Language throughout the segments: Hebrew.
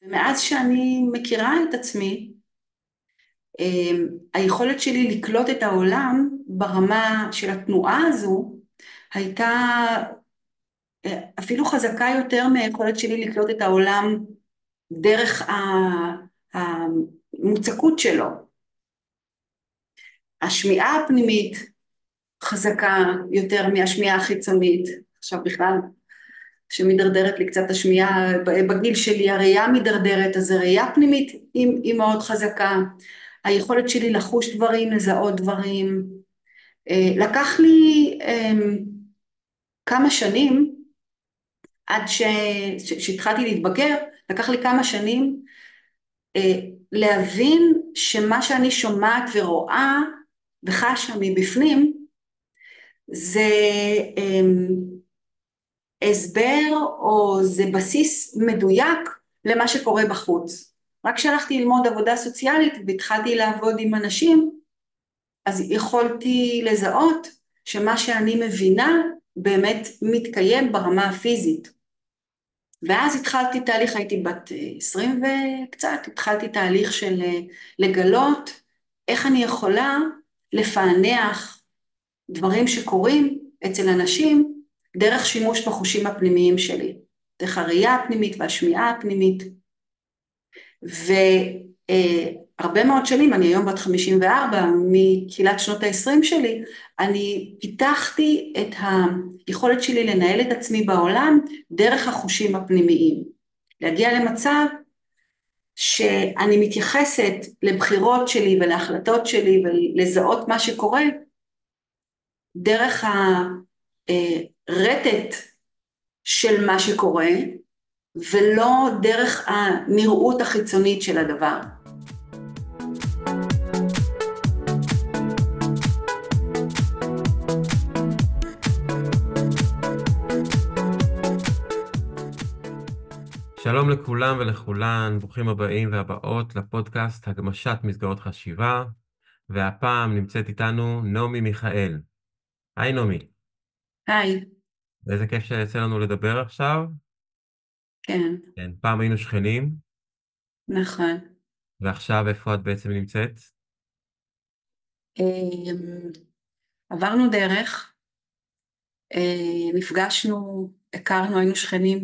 ומאז שאני מכירה את עצמי, היכולת שלי לקלוט את העולם ברמה של התנועה הזו הייתה אפילו חזקה יותר מהיכולת שלי לקלוט את העולם דרך המוצקות שלו. השמיעה הפנימית חזקה יותר מהשמיעה החיצונית. עכשיו בכלל, שמדרדרת לי קצת השמיעה בגיל שלי, הראייה מדרדרת, אז הראייה פנימית היא מאוד חזקה. היכולת שלי לחוש דברים, לזהות דברים. לקח לי כמה שנים, עד שהתחלתי להתבגר, לקח לי כמה שנים להבין שמה שאני שומעת ורואה וחשה מבפנים, זה הסבר או זה בסיס מדויק למה שקורה בחוץ. רק כשהלכתי ללמוד עבודה סוציאלית והתחלתי לעבוד עם אנשים, אז יכולתי לזהות שמה שאני מבינה באמת מתקיים ברמה הפיזית. ואז התחלתי תהליך, הייתי בת 20 וקצת, התחלתי תהליך של לגלות איך אני יכולה לפענח דברים שקורים אצל אנשים דרך שימוש בחושים הפנימיים שלי, דרך הראייה הפנימית והשמיעה הפנימית. והרבה מאוד שנים, אני היום בת 54, מתחילת שנות ה-20 שלי, אני פיתחתי את היכולת שלי לנהל את עצמי בעולם דרך החושים הפנימיים. להגיע למצב שאני מתייחסת לבחירות שלי ולהחלטות שלי ולזהות מה שקורה דרך הרטט של מה שקורה, ולא דרך הנראות החיצונית של הדבר. שלום לכולם ולכולן, ברוכים הבאים והבאות לפודקאסט הגמשת מסגרות חשיבה, והפעם נמצאת איתנו נעמי מיכאל. היי נעמי. היי. איזה כיף שיצא לנו לדבר עכשיו. כן, כן, פעם היינו שכנים, נכון. ועכשיו איפה את בעצם נמצאת? אמ, עברנו דרך, נפגשנו, הכרנו, היינו שכנים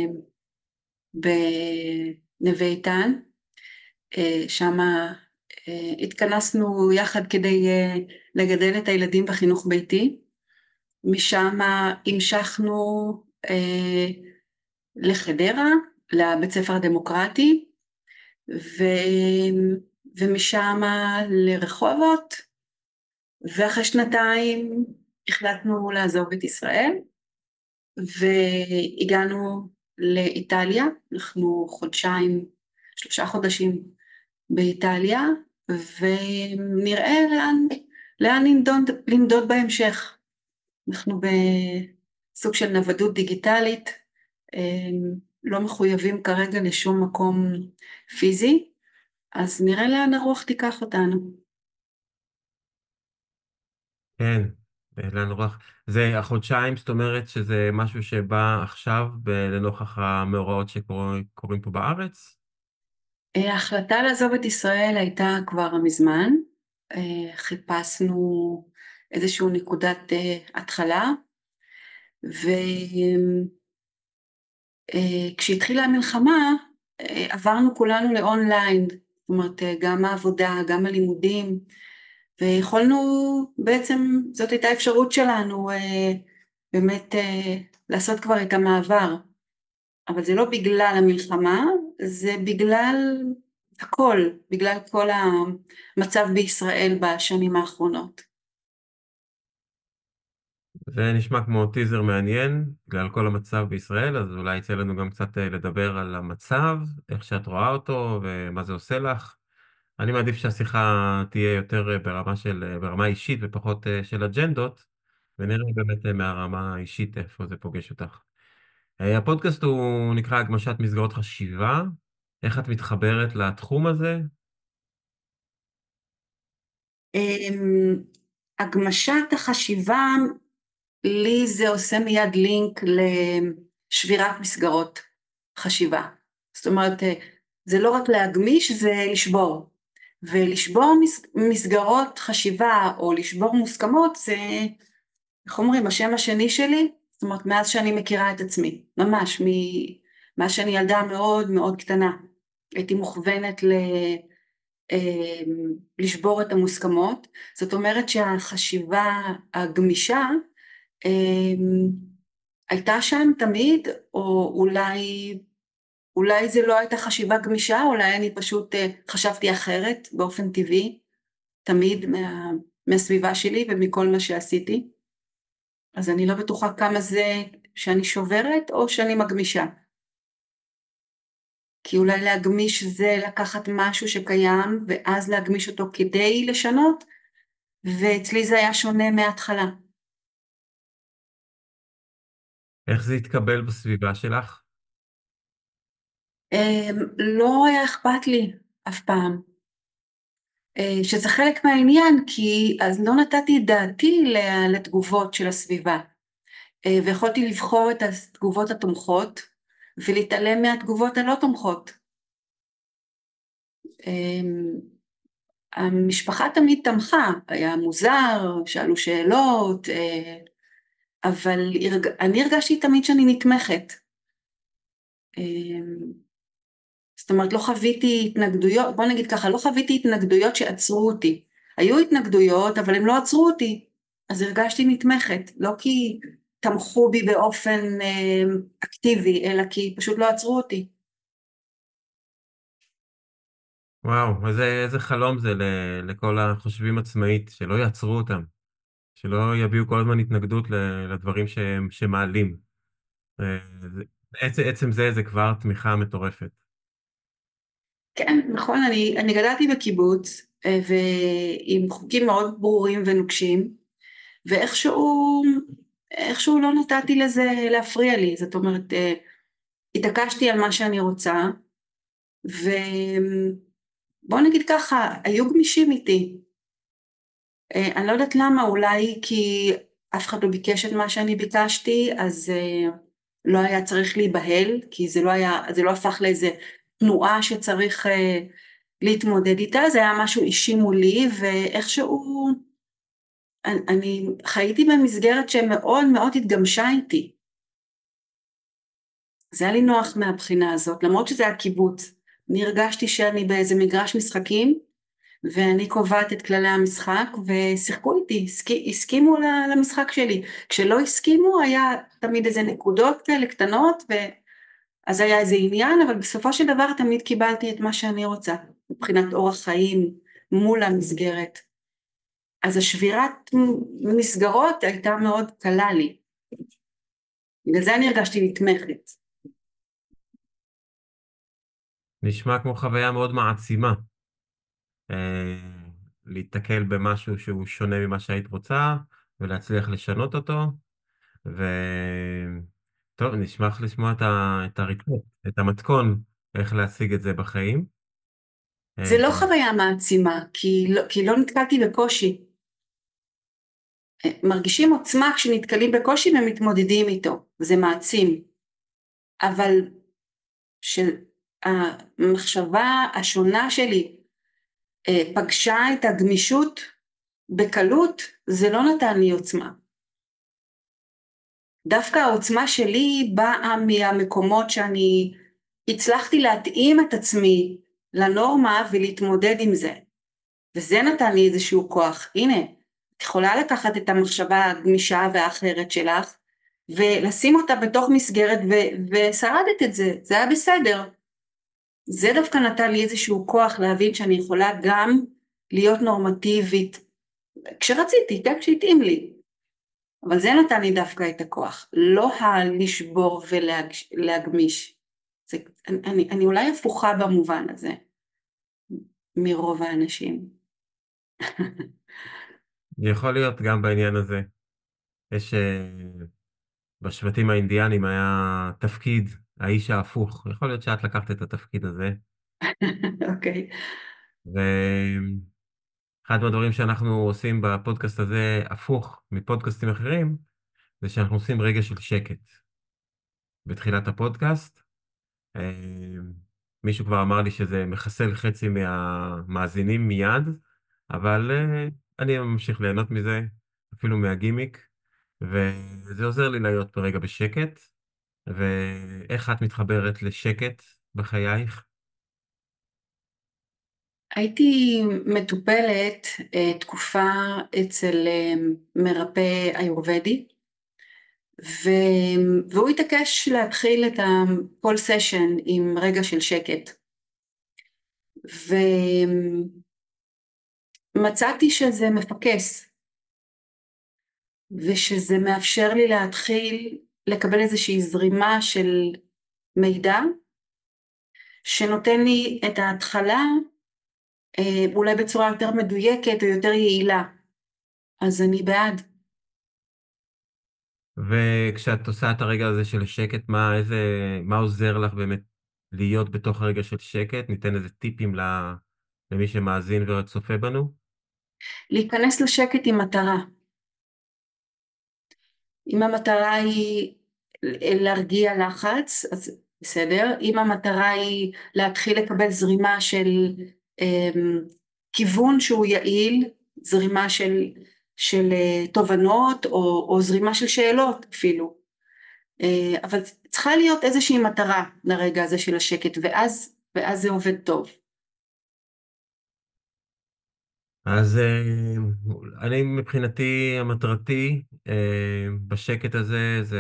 בנווה איתן, שם התכנסנו יחד כדי לגדל את הילדים בחינוך ביתי, משם המשכנו לחדרה, לבית ספר הדמוקרטי, ומשם לרחובות, ואחרי שנתיים החלטנו לעזוב את ישראל, והגענו לאיטליה, אנחנו שלושה חודשים באיטליה, ונראה לאן לנדוד בהמשך. אנחנו בסוג של נוודות דיגיטלית, לא מחויבים כרגע לשום מקום פיזי, אז נראה לאן הרוח תיקח אותנו. כן, לאן רוח. זה החודשיים, זאת אומרת שזה משהו שבא עכשיו לנוכח המאורעות שקורים פה בארץ? ההחלטה לעזוב את ישראל הייתה כבר מזמן, חיפשנו איזושהי נקודת התחלה, וכשהתחילה המלחמה עברנו כולנו לאונליין, זאת אומרת גם העבודה, גם הלימודים, ויכולנו בעצם, זאת הייתה אפשרות שלנו באמת לעשות כבר את המעבר, אבל זה לא בגלל המלחמה, זה בגלל הכל, בגלל כל המצב בישראל בשנים האחרונות. זה נשמע כמו טיזר מעניין, בגלל כל המצב בישראל, אז אולי יצא לנו גם קצת לדבר על המצב, איך שאת רואה אותו ומה זה עושה לך. אני מעדיף שהשיחה תהיה יותר ברמה אישית ופחות של אג'נדות, ונראה באמת מהרמה האישית איפה זה פוגש אותך. הפודקאסט הוא נקרא הגמשת מסגרות חשיבה. איך את מתחברת לתחום הזה? הגמשת החשיבה, לי זה עושה מיד לינק לשבירת מסגרות חשיבה. זאת אומרת, זה לא רק להגמיש, זה לשבור. ולשבור מסגרות חשיבה או לשבור מוסכמות זה, איך אומרים, השם השני שלי, זאת אומרת מאז שאני מכירה את עצמי, ממש, מאז שאני ילדה מאוד מאוד קטנה, הייתי מוכוונת לשבור את המוסכמות, זאת אומרת שהחשיבה הגמישה הייתה שם תמיד, או אולי זה לא הייתה חשיבה גמישה, אולי אני פשוט חשבתי אחרת באופן טבעי, תמיד מהסביבה שלי ומכל מה שעשיתי, אז אני לא בטוחה כמה זה שאני שוברת או שאני מגמישה. כי אולי להגמיש זה לקחת משהו שקיים ואז להגמיש אותו כדי לשנות, ואצלי זה היה שונה מההתחלה. איך זה התקבל בסביבה שלך? לא היה אכפת לי אף פעם, שזה חלק מהעניין, כי אז לא נתתי את דעתי לתגובות של הסביבה, ויכולתי לבחור את התגובות התומכות, ולהתעלם מהתגובות הלא תומכות. המשפחה תמיד תמכה, היה מוזר, שאלו שאלות, אבל אני הרגשתי תמיד שאני נתמכת. זאת אומרת, לא חוויתי התנגדויות, בוא נגיד ככה, לא חוויתי התנגדויות שעצרו אותי. היו התנגדויות, אבל הם לא עצרו אותי. אז הרגשתי נתמכת, לא כי תמכו בי באופן אקטיבי, אלא כי פשוט לא עצרו אותי. וואו, איזה חלום זה לכל החושבים עצמאית, שלא יעצרו אותם, שלא יביעו כל הזמן התנגדות לדברים שמעלים. עצם זה כבר תמיכה מטורפת. כן, נכון, אני גדלתי בקיבוץ, ועם חוקים מאוד ברורים ונוקשים, ואיכשהו לא נתתי לזה להפריע לי, זאת אומרת, התעקשתי על מה שאני רוצה, ובוא נגיד ככה, היו גמישים איתי. אני לא יודעת למה, אולי כי אף אחד לא ביקש את מה שאני ביקשתי, אז לא היה צריך להיבהל, כי זה לא הפך לאיזה תנועה שצריך להתמודד איתה, זה היה משהו אישי מולי, ואיכשהו אני חייתי במסגרת שמאוד מאוד התגמשה איתי. זה היה לי נוח מהבחינה הזאת, למרות שזה היה קיבוץ. אני הרגשתי שאני באיזה מגרש משחקים, ואני קובעת את כללי המשחק, ושיחקו איתי, הסכימו למשחק שלי. כשלא הסכימו, היה תמיד איזה נקודות כאלה קטנות, אז היה איזה עניין, אבל בסופו של דבר תמיד קיבלתי את מה שאני רוצה, מבחינת אורח חיים מול המסגרת. אז השבירת מסגרות הייתה מאוד קלה לי. בגלל זה אני הרגשתי נתמכת. נשמע כמו חוויה מאוד מעצימה. להתקל במשהו שהוא שונה ממה שהיית רוצה, ולהצליח לשנות אותו, ו... טוב, נשמח לשמוע את הרצפט, את המתכון, איך להשיג את זה בחיים. זה לא אה, חוויה מעצימה, כי לא נתקלתי בקושי. מרגישים עוצמה כשנתקלים בקושי ומתמודדים איתו, וזה מעצים. אבל שהמחשבה השונה שלי פגשה את הגמישות בקלות, זה לא נתן לי עוצמה. דווקא העוצמה שלי באה מהמקומות שאני הצלחתי להתאים את עצמי לנורמה ולהתמודד עם זה. וזה נתן לי איזשהו כוח. הנה, את יכולה לקחת את המחשבה הגמישה והאחרת שלך, ולשים אותה בתוך מסגרת, ושרדת את זה, זה היה בסדר. זה דווקא נתן לי איזשהו כוח להבין שאני יכולה גם להיות נורמטיבית, כשרציתי, כן, כשהתאים לי. אבל זה נתן לי דווקא את הכוח, לא הלשבור ולהגמיש. אני אולי הפוכה במובן הזה, מרוב האנשים. יכול להיות גם בעניין הזה. יש, בשבטים האינדיאנים היה תפקיד, האיש ההפוך. יכול להיות שאת לקחת את התפקיד הזה. אוקיי. ואחד מהדברים שאנחנו עושים בפודקאסט הזה, הפוך מפודקאסטים אחרים, זה שאנחנו עושים רגע של שקט בתחילת הפודקאסט. אה, מישהו כבר אמר לי שזה מחסל חצי מהמאזינים מיד, אבל אני ממשיך ליהנות מזה, אפילו מהגימיק, וזה עוזר לי להיות ברגע בשקט. ואיך את מתחברת לשקט בחייך? הייתי מטופלת תקופה אצל מרפא איורבדי, ו... והוא התעקש להתחיל את כל סשן עם רגע של שקט. ומצאתי שזה מפקס, ושזה מאפשר לי להתחיל לקבל איזושהי זרימה של מידע, שנותן לי את ההתחלה אולי בצורה יותר מדויקת או יותר יעילה. אז אני בעד. וכשאת עושה את הרגע הזה של השקט, מה עוזר לך באמת להיות בתוך הרגע של שקט? ניתן איזה טיפים למי שמאזין וצופה בנו. להיכנס לשקט עם מטרה. אם המטרה היא להרגיע לחץ, אז בסדר. אם המטרה היא להתחיל לקבל זרימה של כיוון שהוא יעיל, זרימה של תובנות, או זרימה של שאלות אפילו. אבל צריכה להיות איזושהי מטרה לרגע הזה של השקט, ואז זה עובד טוב. אז אני מבחינתי, המטרתי בשקט הזה זה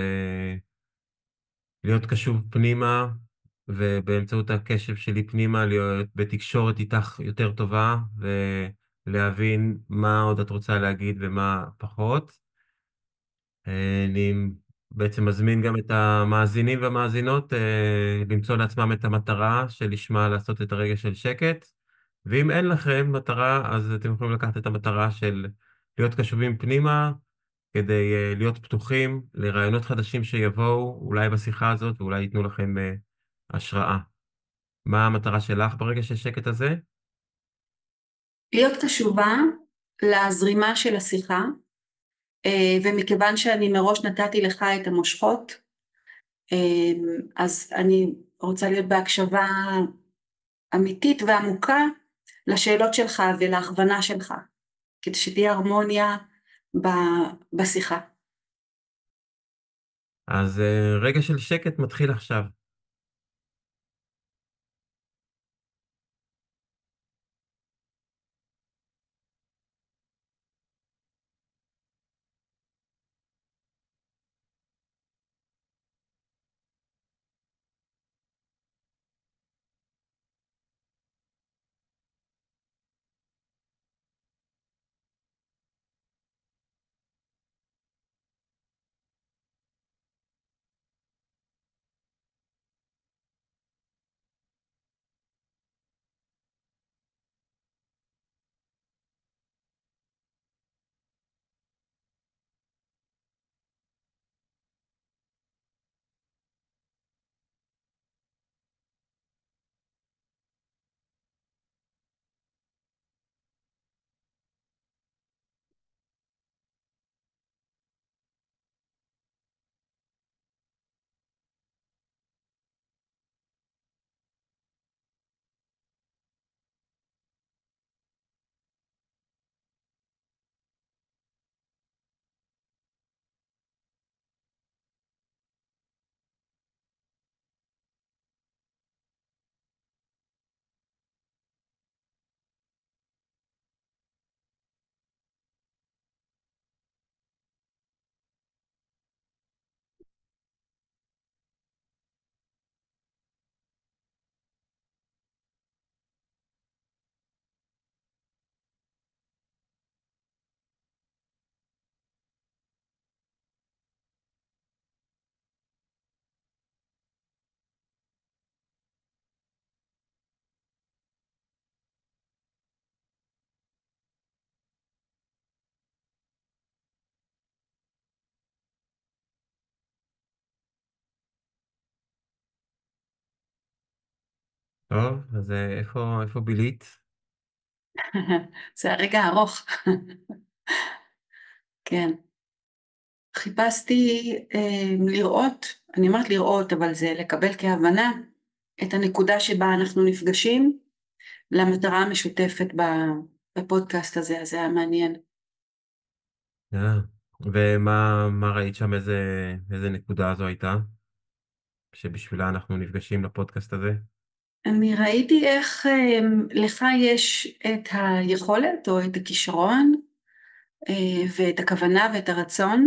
להיות קשוב פנימה, ובאמצעות הקשב שלי פנימה להיות בתקשורת איתך יותר טובה, ולהבין מה עוד את רוצה להגיד ומה פחות. אני בעצם מזמין גם את המאזינים והמאזינות למצוא לעצמם את המטרה שלשמה לעשות את הרגע של שקט. ואם אין לכם מטרה, אז אתם יכולים לקחת את המטרה של להיות קשובים פנימה, כדי להיות פתוחים לרעיונות חדשים שיבואו, אולי בשיחה הזאת, ואולי ייתנו לכם השראה. מה המטרה שלך ברגע של שקט הזה? להיות קשובה לזרימה של השיחה, ומכיוון שאני מראש נתתי לך את המושכות, אז אני רוצה להיות בהקשבה אמיתית ועמוקה לשאלות שלך ולהכוונה שלך, כדי שתהיה הרמוניה בשיחה. אז רגע של שקט מתחיל עכשיו. טוב, אז איפה בילית? זה הרגע הארוך. כן. חיפשתי לראות, אני אומרת לראות, אבל זה לקבל כהבנה, את הנקודה שבה אנחנו נפגשים למטרה המשותפת בפודקאסט הזה, אז זה היה מעניין. אה, ומה ראית שם, איזה נקודה זו הייתה, שבשבילה אנחנו נפגשים לפודקאסט הזה? אני ראיתי איך לך יש את היכולת או את הכישרון ואת הכוונה ואת הרצון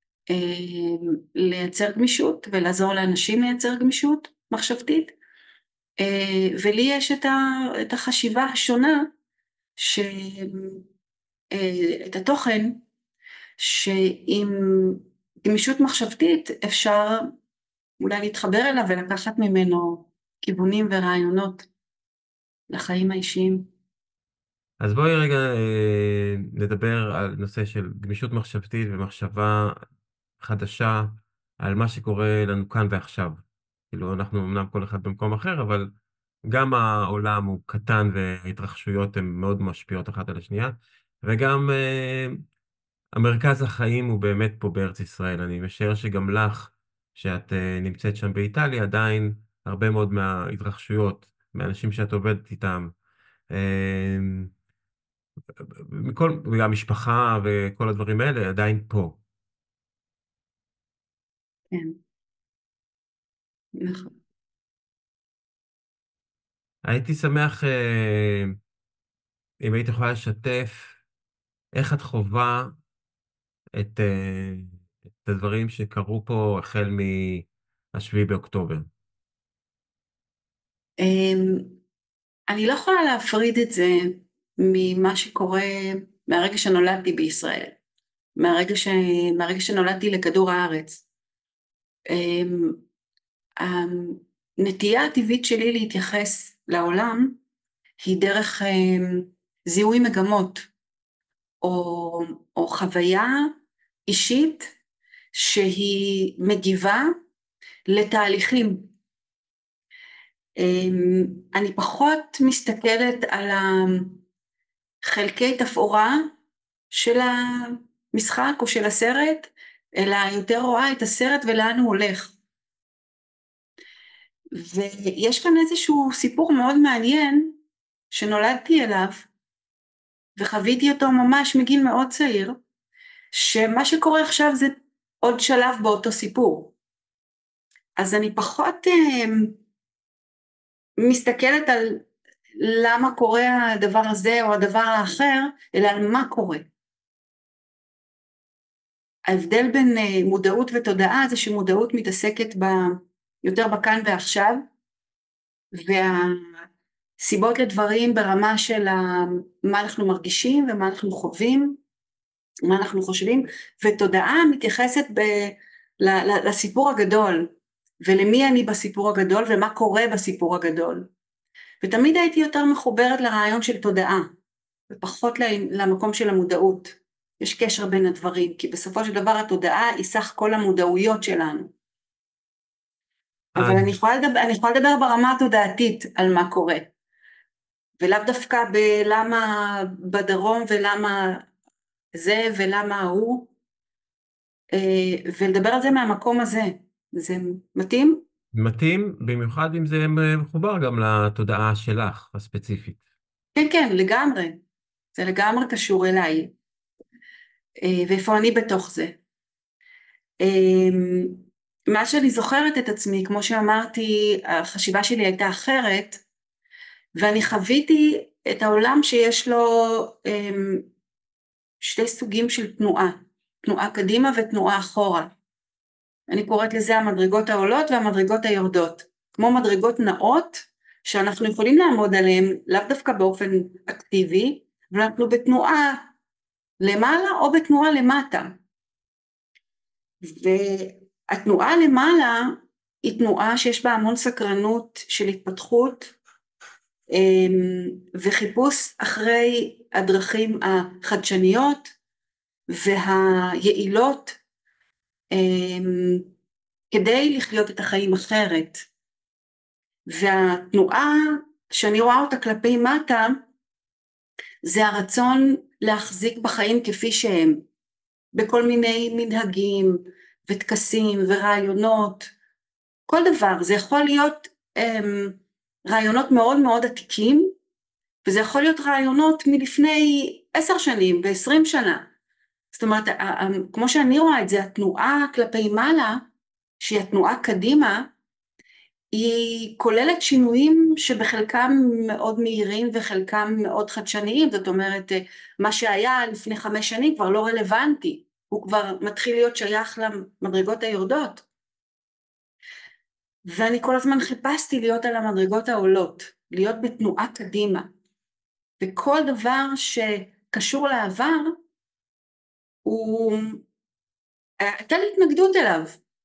לייצר גמישות ולעזור לאנשים לייצר גמישות מחשבתית, ולי יש את החשיבה השונה, את התוכן, שעם גמישות מחשבתית אפשר אולי להתחבר אליו ולקחת ממנו כיוונים ורעיונות לחיים האישיים. אז בואי רגע נדבר על נושא של גמישות מחשבתית ומחשבה חדשה על מה שקורה לנו כאן ועכשיו. כאילו, אנחנו אמנם כל אחד במקום אחר, אבל גם העולם הוא קטן וההתרחשויות הן מאוד משפיעות אחת על השנייה, וגם המרכז החיים הוא באמת פה בארץ ישראל. אני משער שגם לך, שאת נמצאת שם באיטליה, עדיין הרבה מאוד מההתרחשויות, מהאנשים שאת עובדת איתם, אה, וגם משפחה וכל הדברים האלה עדיין פה. כן, נכון. הייתי שמח אם היית יכולה לשתף איך את חווה את, את הדברים שקרו פה החל מהשביעי באוקטובר. אני לא יכולה להפריד את זה ממה שקורה מהרגע שנולדתי בישראל, מהרגע שנולדתי לכדור הארץ. הנטייה הטבעית שלי להתייחס לעולם היא דרך זיהוי מגמות או חוויה אישית שהיא מגיבה לתהליכים. אני פחות מסתכלת על חלקי תפאורה של המשחק או של הסרט, אלא יותר רואה את הסרט ולאן הוא הולך. ויש כאן איזשהו סיפור מאוד מעניין שנולדתי אליו וחוויתי אותו ממש מגיל מאוד צעיר, שמה שקורה עכשיו זה עוד שלב באותו סיפור. אז אני פחות מסתכלת על למה קורה הדבר הזה או הדבר האחר, אלא על מה קורה. ההבדל בין מודעות ותודעה זה שמודעות מתעסקת יותר בכאן ועכשיו, והסיבות לדברים ברמה של מה אנחנו מרגישים ומה אנחנו חווים, מה אנחנו חושבים, ותודעה מתייחסת לסיפור הגדול, ולמי אני בסיפור הגדול ומה קורה בסיפור הגדול. ותמיד הייתי יותר מחוברת לרעיון של תודעה, ופחות למקום של המודעות. יש קשר בין הדברים, כי בסופו של דבר התודעה היא סך כל המודעויות שלנו. אבל אני יכולה לדבר ברמה התודעתית על מה קורה, ולאו דווקא בלמה בדרום ולמה זה ולמה הוא, ולדבר על זה מהמקום הזה. זה מתאים? מתאים, במיוחד אם זה מחובר גם לתודעה שלך הספציפית. כן, כן, לגמרי. זה לגמרי קשור אליי. ואיפה אני בתוך זה. מה שאני זוכרת את עצמי, כמו שאמרתי, החשיבה שלי הייתה אחרת, ואני חוויתי את העולם שיש לו שתי סוגים של תנועה, תנועה קדימה ותנועה אחורה. אני קוראת לזה המדרגות העולות והמדרגות היורדות, כמו מדרגות נאות שאנחנו יכולים לעמוד עליהן, לאו דווקא באופן אקטיבי, אבל אנחנו בתנועה למעלה או בתנועה למטה. והתנועה למעלה היא תנועה שיש בה המון סקרנות של התפתחות וחיפוש אחרי הדרכים החדשניות והיעילות כדי לחיות את החיים אחרת. והתנועה שאני רואה אותה כלפי מטה זה הרצון להחזיק בחיים כפי שהם, בכל מיני מנהגים וטקסים ורעיונות, כל דבר. זה יכול להיות רעיונות מאוד מאוד עתיקים, וזה יכול להיות רעיונות מלפני 10 שנים ו20 שנה. זאת אומרת, כמו שאני רואה את זה, התנועה כלפי מעלה, שהיא התנועה קדימה, היא כוללת שינויים שבחלקם מאוד מהירים וחלקם מאוד חדשניים. זאת אומרת, מה שהיה לפני 5 שנים כבר לא רלוונטי, הוא כבר מתחיל להיות שייך למדרגות היורדות. ואני כל הזמן חיפשתי להיות על המדרגות העולות, להיות בתנועה קדימה. וכל דבר שקשור לעבר, הייתה לי התנגדות אליו.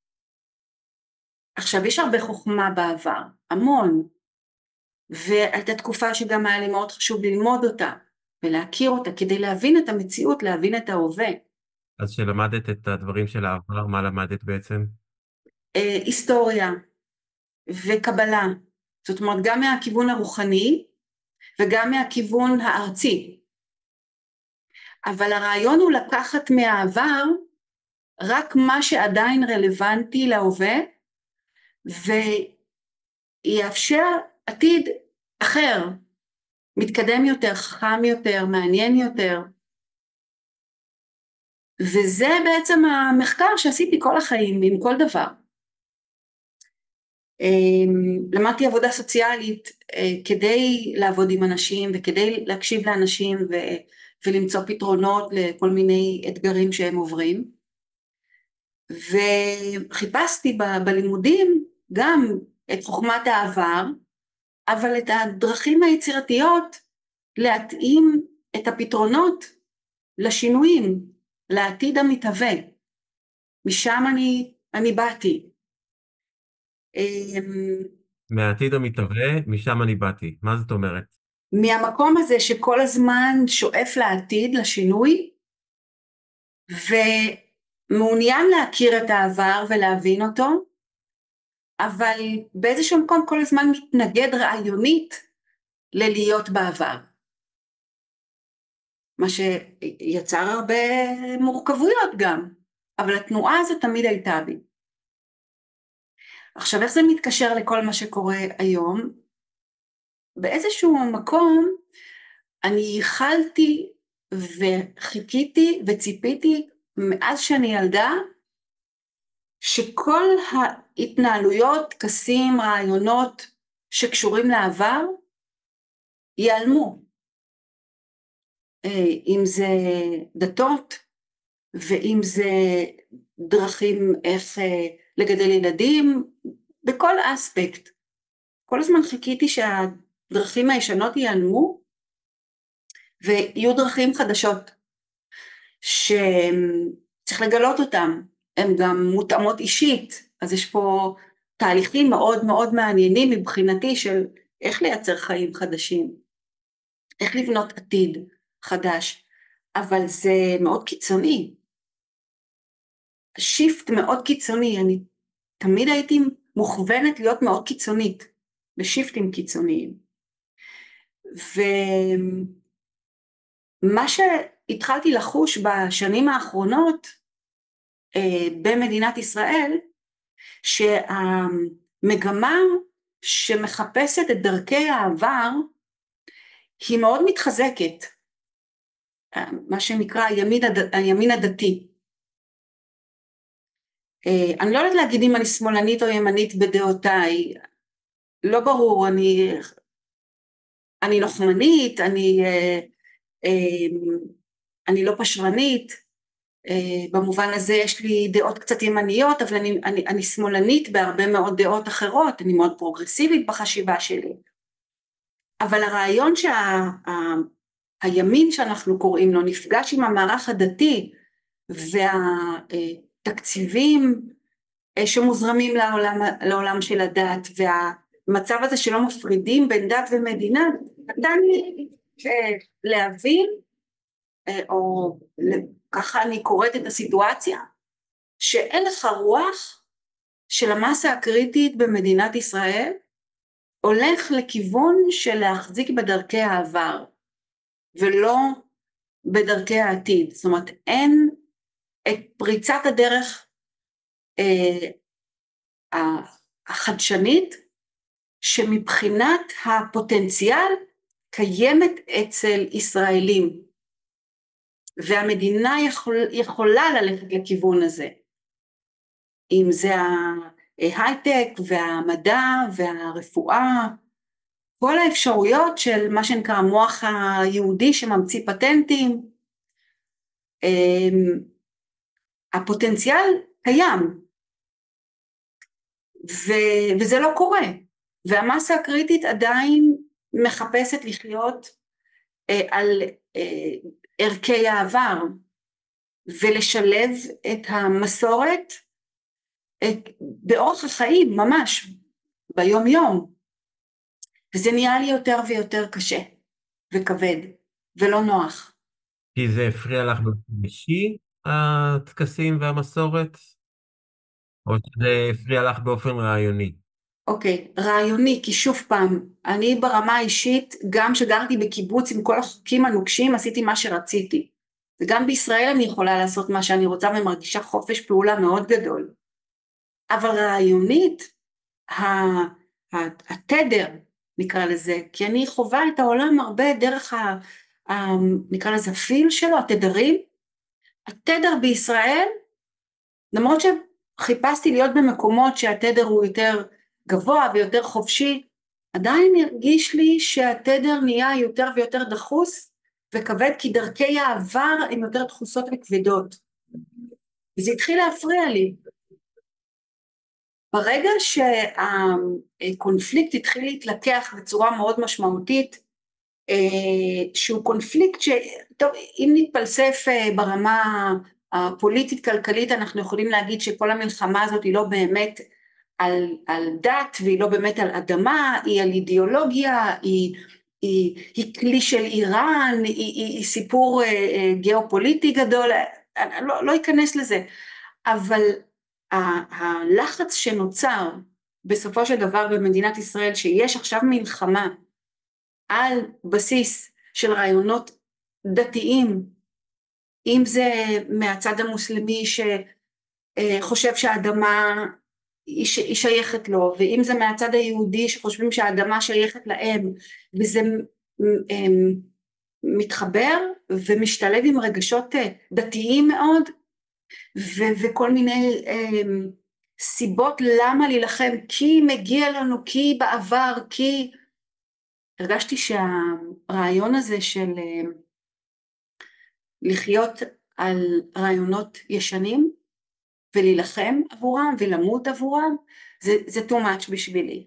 עכשיו, יש הרבה חוכמה בעבר, המון, והייתה תקופה שגם היה לי מאוד חשוב ללמוד אותה, ולהכיר אותה, כדי להבין את המציאות, להבין את ההווה. אז שלמדת את הדברים של העבר, מה למדת בעצם? היסטוריה וקבלה, זאת אומרת, גם מהכיוון הרוחני, וגם מהכיוון הארצי. אבל הרעיון הוא לקחת מהעבר, רק מה שעדיין רלוונטי להווה, ויאפשר עתיד אחר, מתקדם יותר, חכם יותר, מעניין יותר. וזה בעצם המחקר שעשיתי כל החיים עם כל דבר. למדתי עבודה סוציאלית כדי לעבוד עם אנשים וכדי להקשיב לאנשים ולמצוא פתרונות לכל מיני אתגרים שהם עוברים. וחיפשתי בלימודים גם את חוכמת העבר, אבל את הדרכים היצירתיות להתאים את הפתרונות לשינויים, לעתיד המתהווה. משם אני באתי. מהעתיד המתהווה, משם אני באתי. מה זאת אומרת? מהמקום הזה שכל הזמן שואף לעתיד, לשינוי, ומעוניין להכיר את העבר ולהבין אותו, אבל באיזשהו מקום כל הזמן מתנגד רעיונית ללהיות בעבר. מה שיצר הרבה מורכבויות גם, אבל התנועה הזאת תמיד הייתה בי. עכשיו, איך זה מתקשר לכל מה שקורה היום? באיזשהו מקום אני ייחלתי וחיכיתי וציפיתי מאז שאני ילדה, שכל ההתנהלויות, טקסים, רעיונות שקשורים לעבר, ייעלמו. אם זה דתות, ואם זה דרכים איך לגדל ילדים, בכל אספקט. כל הזמן חיכיתי שהדרכים הישנות ייעלמו, ויהיו דרכים חדשות, שצריך לגלות אותם. הן גם מותאמות אישית, אז יש פה תהליכים מאוד מאוד מעניינים מבחינתי של איך לייצר חיים חדשים, איך לבנות עתיד חדש, אבל זה מאוד קיצוני, שיפט מאוד קיצוני. אני תמיד הייתי מוכוונת להיות מאוד קיצונית, בשיפטים קיצוניים. ומה שהתחלתי לחוש בשנים האחרונות במדינת ישראל, שהמגמה שמחפשת את דרכי העבר היא מאוד מתחזקת, מה שנקרא הימין הדתי. אני לא יודעת להגיד אם אני שמאלנית או ימנית בדעותיי, לא ברור, אני לוחמנית, אני לא פשרנית, במובן הזה יש לי דעות קצת ימניות, אבל אני שמאלנית בהרבה מאוד דעות אחרות, אני מאוד פרוגרסיבית בחשיבה שלי. אבל הרעיון שהימין שאנחנו קוראים לו נפגש עם המערך הדתי, והתקציבים שמוזרמים לעולם של הדת, והמצב הזה שלא מפרידים בין דת ומדינה, נתן לי להבין, או ככה אני קוראת את הסיטואציה, שאין לך רוח של המסה הקריטית במדינת ישראל, הולך לכיוון של להחזיק בדרכי העבר, ולא בדרכי העתיד. זאת אומרת, אין את פריצת הדרך החדשנית, שמבחינת הפוטנציאל קיימת אצל ישראלים, והמדינה יכולה ללכת לכיוון הזה, אם זה ההייטק והמדע והרפואה, כל האפשרויות של מה שנקרא המוח היהודי שממציא פטנטים, הפוטנציאל קיים, וזה לא קורה, והמסה הקריטית עדיין מחפשת לחיות על ערכי העבר, ולשלב את המסורת באורח החיים ממש ביום יום, וזה נהיה לי יותר ויותר קשה וכבד ולא נוח. כי זה הפריע לך באופן אישי, הטקסים והמסורת, או שזה הפריע לך באופן רעיוני? אוקיי, רעיוני, כי שוב פעם, אני ברמה האישית, גם שגרתי בקיבוץ עם כל החוקים הנוקשים, עשיתי מה שרציתי. וגם בישראל אני יכולה לעשות מה שאני רוצה ומרגישה חופש פעולה מאוד גדול. אבל רעיונית, התדר, נקרא לזה, כי אני חווה את העולם הרבה דרך נקרא לזה הפיל שלו, התדרים. התדר בישראל, למרות שחיפשתי להיות במקומות שהתדר הוא יותר גבוה ויותר חופשי, עדיין הרגיש לי שהתדר נהיה יותר ויותר דחוס וכבד, כי דרכי העבר הן יותר דחוסות וכבדות. וזה התחיל להפריע לי. ברגע שהקונפליקט התחיל להתלקח בצורה מאוד משמעותית, שהוא קונפליקט טוב, אם נתפלסף ברמה הפוליטית כלכלית, אנחנו יכולים להגיד שכל המלחמה הזאת היא לא באמת על דת, והיא לא באמת על אדמה, היא על אידיאולוגיה, היא כלי של איראן, היא סיפור גיאופוליטי גדול, אני לא אכנס לזה, אבל הלחץ שנוצר בסופו של דבר במדינת ישראל, שיש עכשיו מלחמה על בסיס של רעיונות דתיים, אם זה מהצד המוסלמי שחושב שהאדמה היא שייכת לו, ואם זה מהצד היהודי שחושבים שהאדמה שייכת להם, וזה מתחבר ומשתלב עם רגשות דתיים מאוד, וכל מיני סיבות למה להילחם, כי מגיע לנו, כי בעבר, כי הרגשתי שהרעיון הזה של לחיות על רעיונות ישנים ולהילחם עבורם ולמות עבורם, זה too much בשבילי.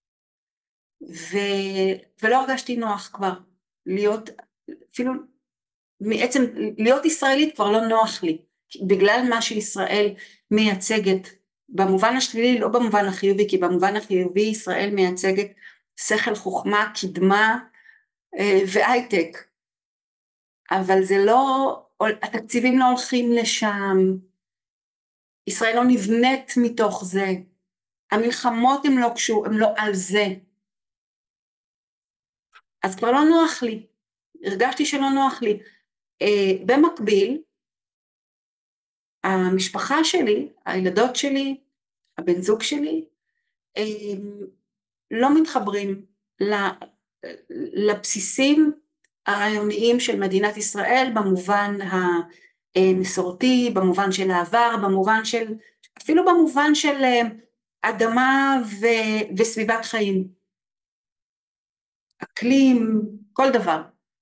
ולא הרגשתי נוח כבר להיות, אפילו בעצם להיות ישראלית כבר לא נוח לי, בגלל מה שישראל מייצגת, במובן השלילי, לא במובן החיובי, כי במובן החיובי ישראל מייצגת שכל, חוכמה, קדמה והייטק, אבל זה לא, התקציבים לא הולכים לשם, ישראל לא נבנית מתוך זה, המלחמות הם לא על זה, אז כבר לא נוח לי, הרגשתי שלא נוח לי. במקביל, המשפחה שלי, הילדות שלי, הבן זוג שלי, לא מתחברים לבסיסים הרעיוניים של מדינת ישראל, במובן המסורתי, במובן של העבר, במובן של, אפילו במובן של אדמה וסביבת חיים, אקלים, כל דבר.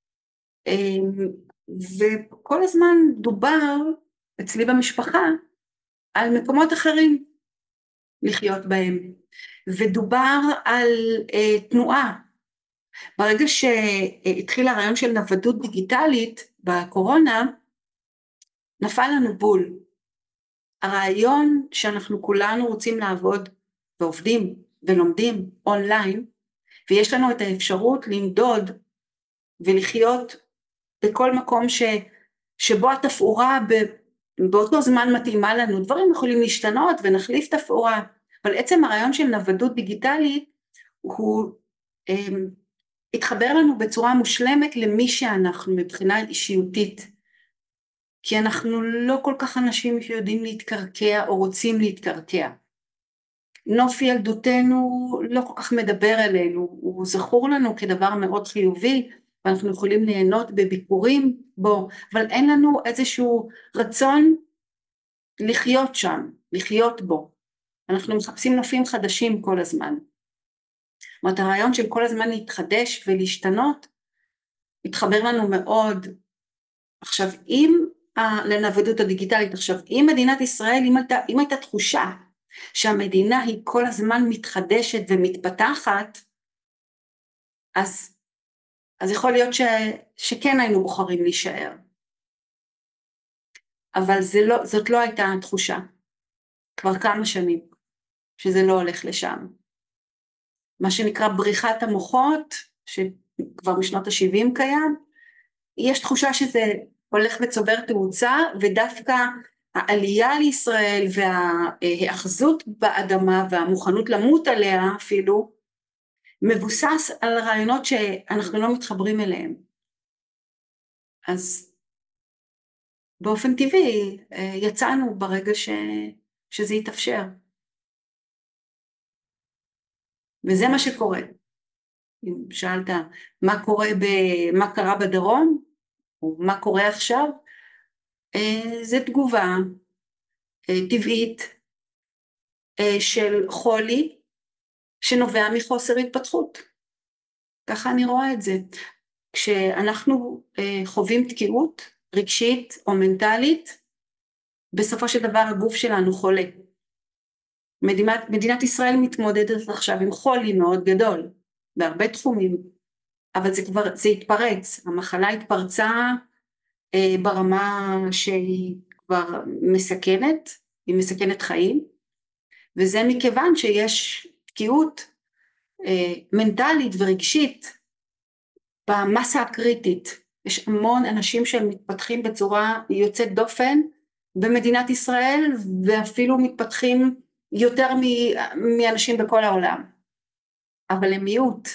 וכל הזמן דובר אצלי במשפחה על מקומות אחרים לחיות בהם, ודובר על תנועה. ברגע שהתחיל הרעיון של נוודות דיגיטלית בקורונה, נפל לנו בול. הרעיון שאנחנו כולנו רוצים לעבוד ועובדים ולומדים אונליין, ויש לנו את האפשרות למדוד ולחיות בכל מקום שבו התפאורה באותו זמן מתאימה לנו. דברים יכולים להשתנות ונחליף תפאורה, אבל עצם הרעיון של נוודות דיגיטלית הוא התחבר לנו בצורה מושלמת למי שאנחנו מבחינה אישיותית, כי אנחנו לא כל כך אנשים שיודעים להתקרקע או רוצים להתקרקע. נוף ילדותנו לא כל כך מדבר אלינו, הוא זכור לנו כדבר מאוד חיובי, ואנחנו יכולים ליהנות בביקורים בו, אבל אין לנו איזשהו רצון לחיות שם, לחיות בו. אנחנו מחפשים נופים חדשים כל הזמן. זאת אומרת, הרעיון של כל הזמן להתחדש ולהשתנות, התחבר לנו מאוד. עכשיו, אם לנוודות הדיגיטלית, עכשיו, אם מדינת ישראל, אם הייתה תחושה שהמדינה היא כל הזמן מתחדשת ומתפתחת, אז יכול להיות שכן היינו בוחרים להישאר. אבל זאת לא הייתה התחושה. כבר כמה שנים שזה לא הולך לשם. מה שנקרא בריחת המוחות, שכבר משנות ה-70 קיים, יש תחושה שזה הולך וצובר תאוצה, ודווקא העלייה לישראל וההאחזות באדמה והמוכנות למות עליה אפילו, מבוסס על רעיונות שאנחנו לא מתחברים אליהם. אז באופן טבעי יצאנו ברגע שזה יתאפשר. וזה מה שקורה. אם שאלת מה קרה בדרום, או מה קורה עכשיו, זה תגובה טבעית של חולי שנובע מחוסר התפתחות. ככה אני רואה את זה. כשאנחנו חווים תקיעות רגשית או מנטלית, בסופו של דבר הגוף שלנו חולה. מדינת ישראל מתמודדת עכשיו עם חולי מאוד גדול, בהרבה תחומים, אבל זה התפרץ, המחלה התפרצה ברמה שהיא כבר מסכנת, היא מסכנת חיים, וזה מכיוון שיש תקיעות מנטלית ורגשית במסה הקריטית. יש המון אנשים שמתפתחים בצורה יוצאת דופן במדינת ישראל, ואפילו מתפתחים יותר מאנשים בכל העולם, אבל הם מיעוט,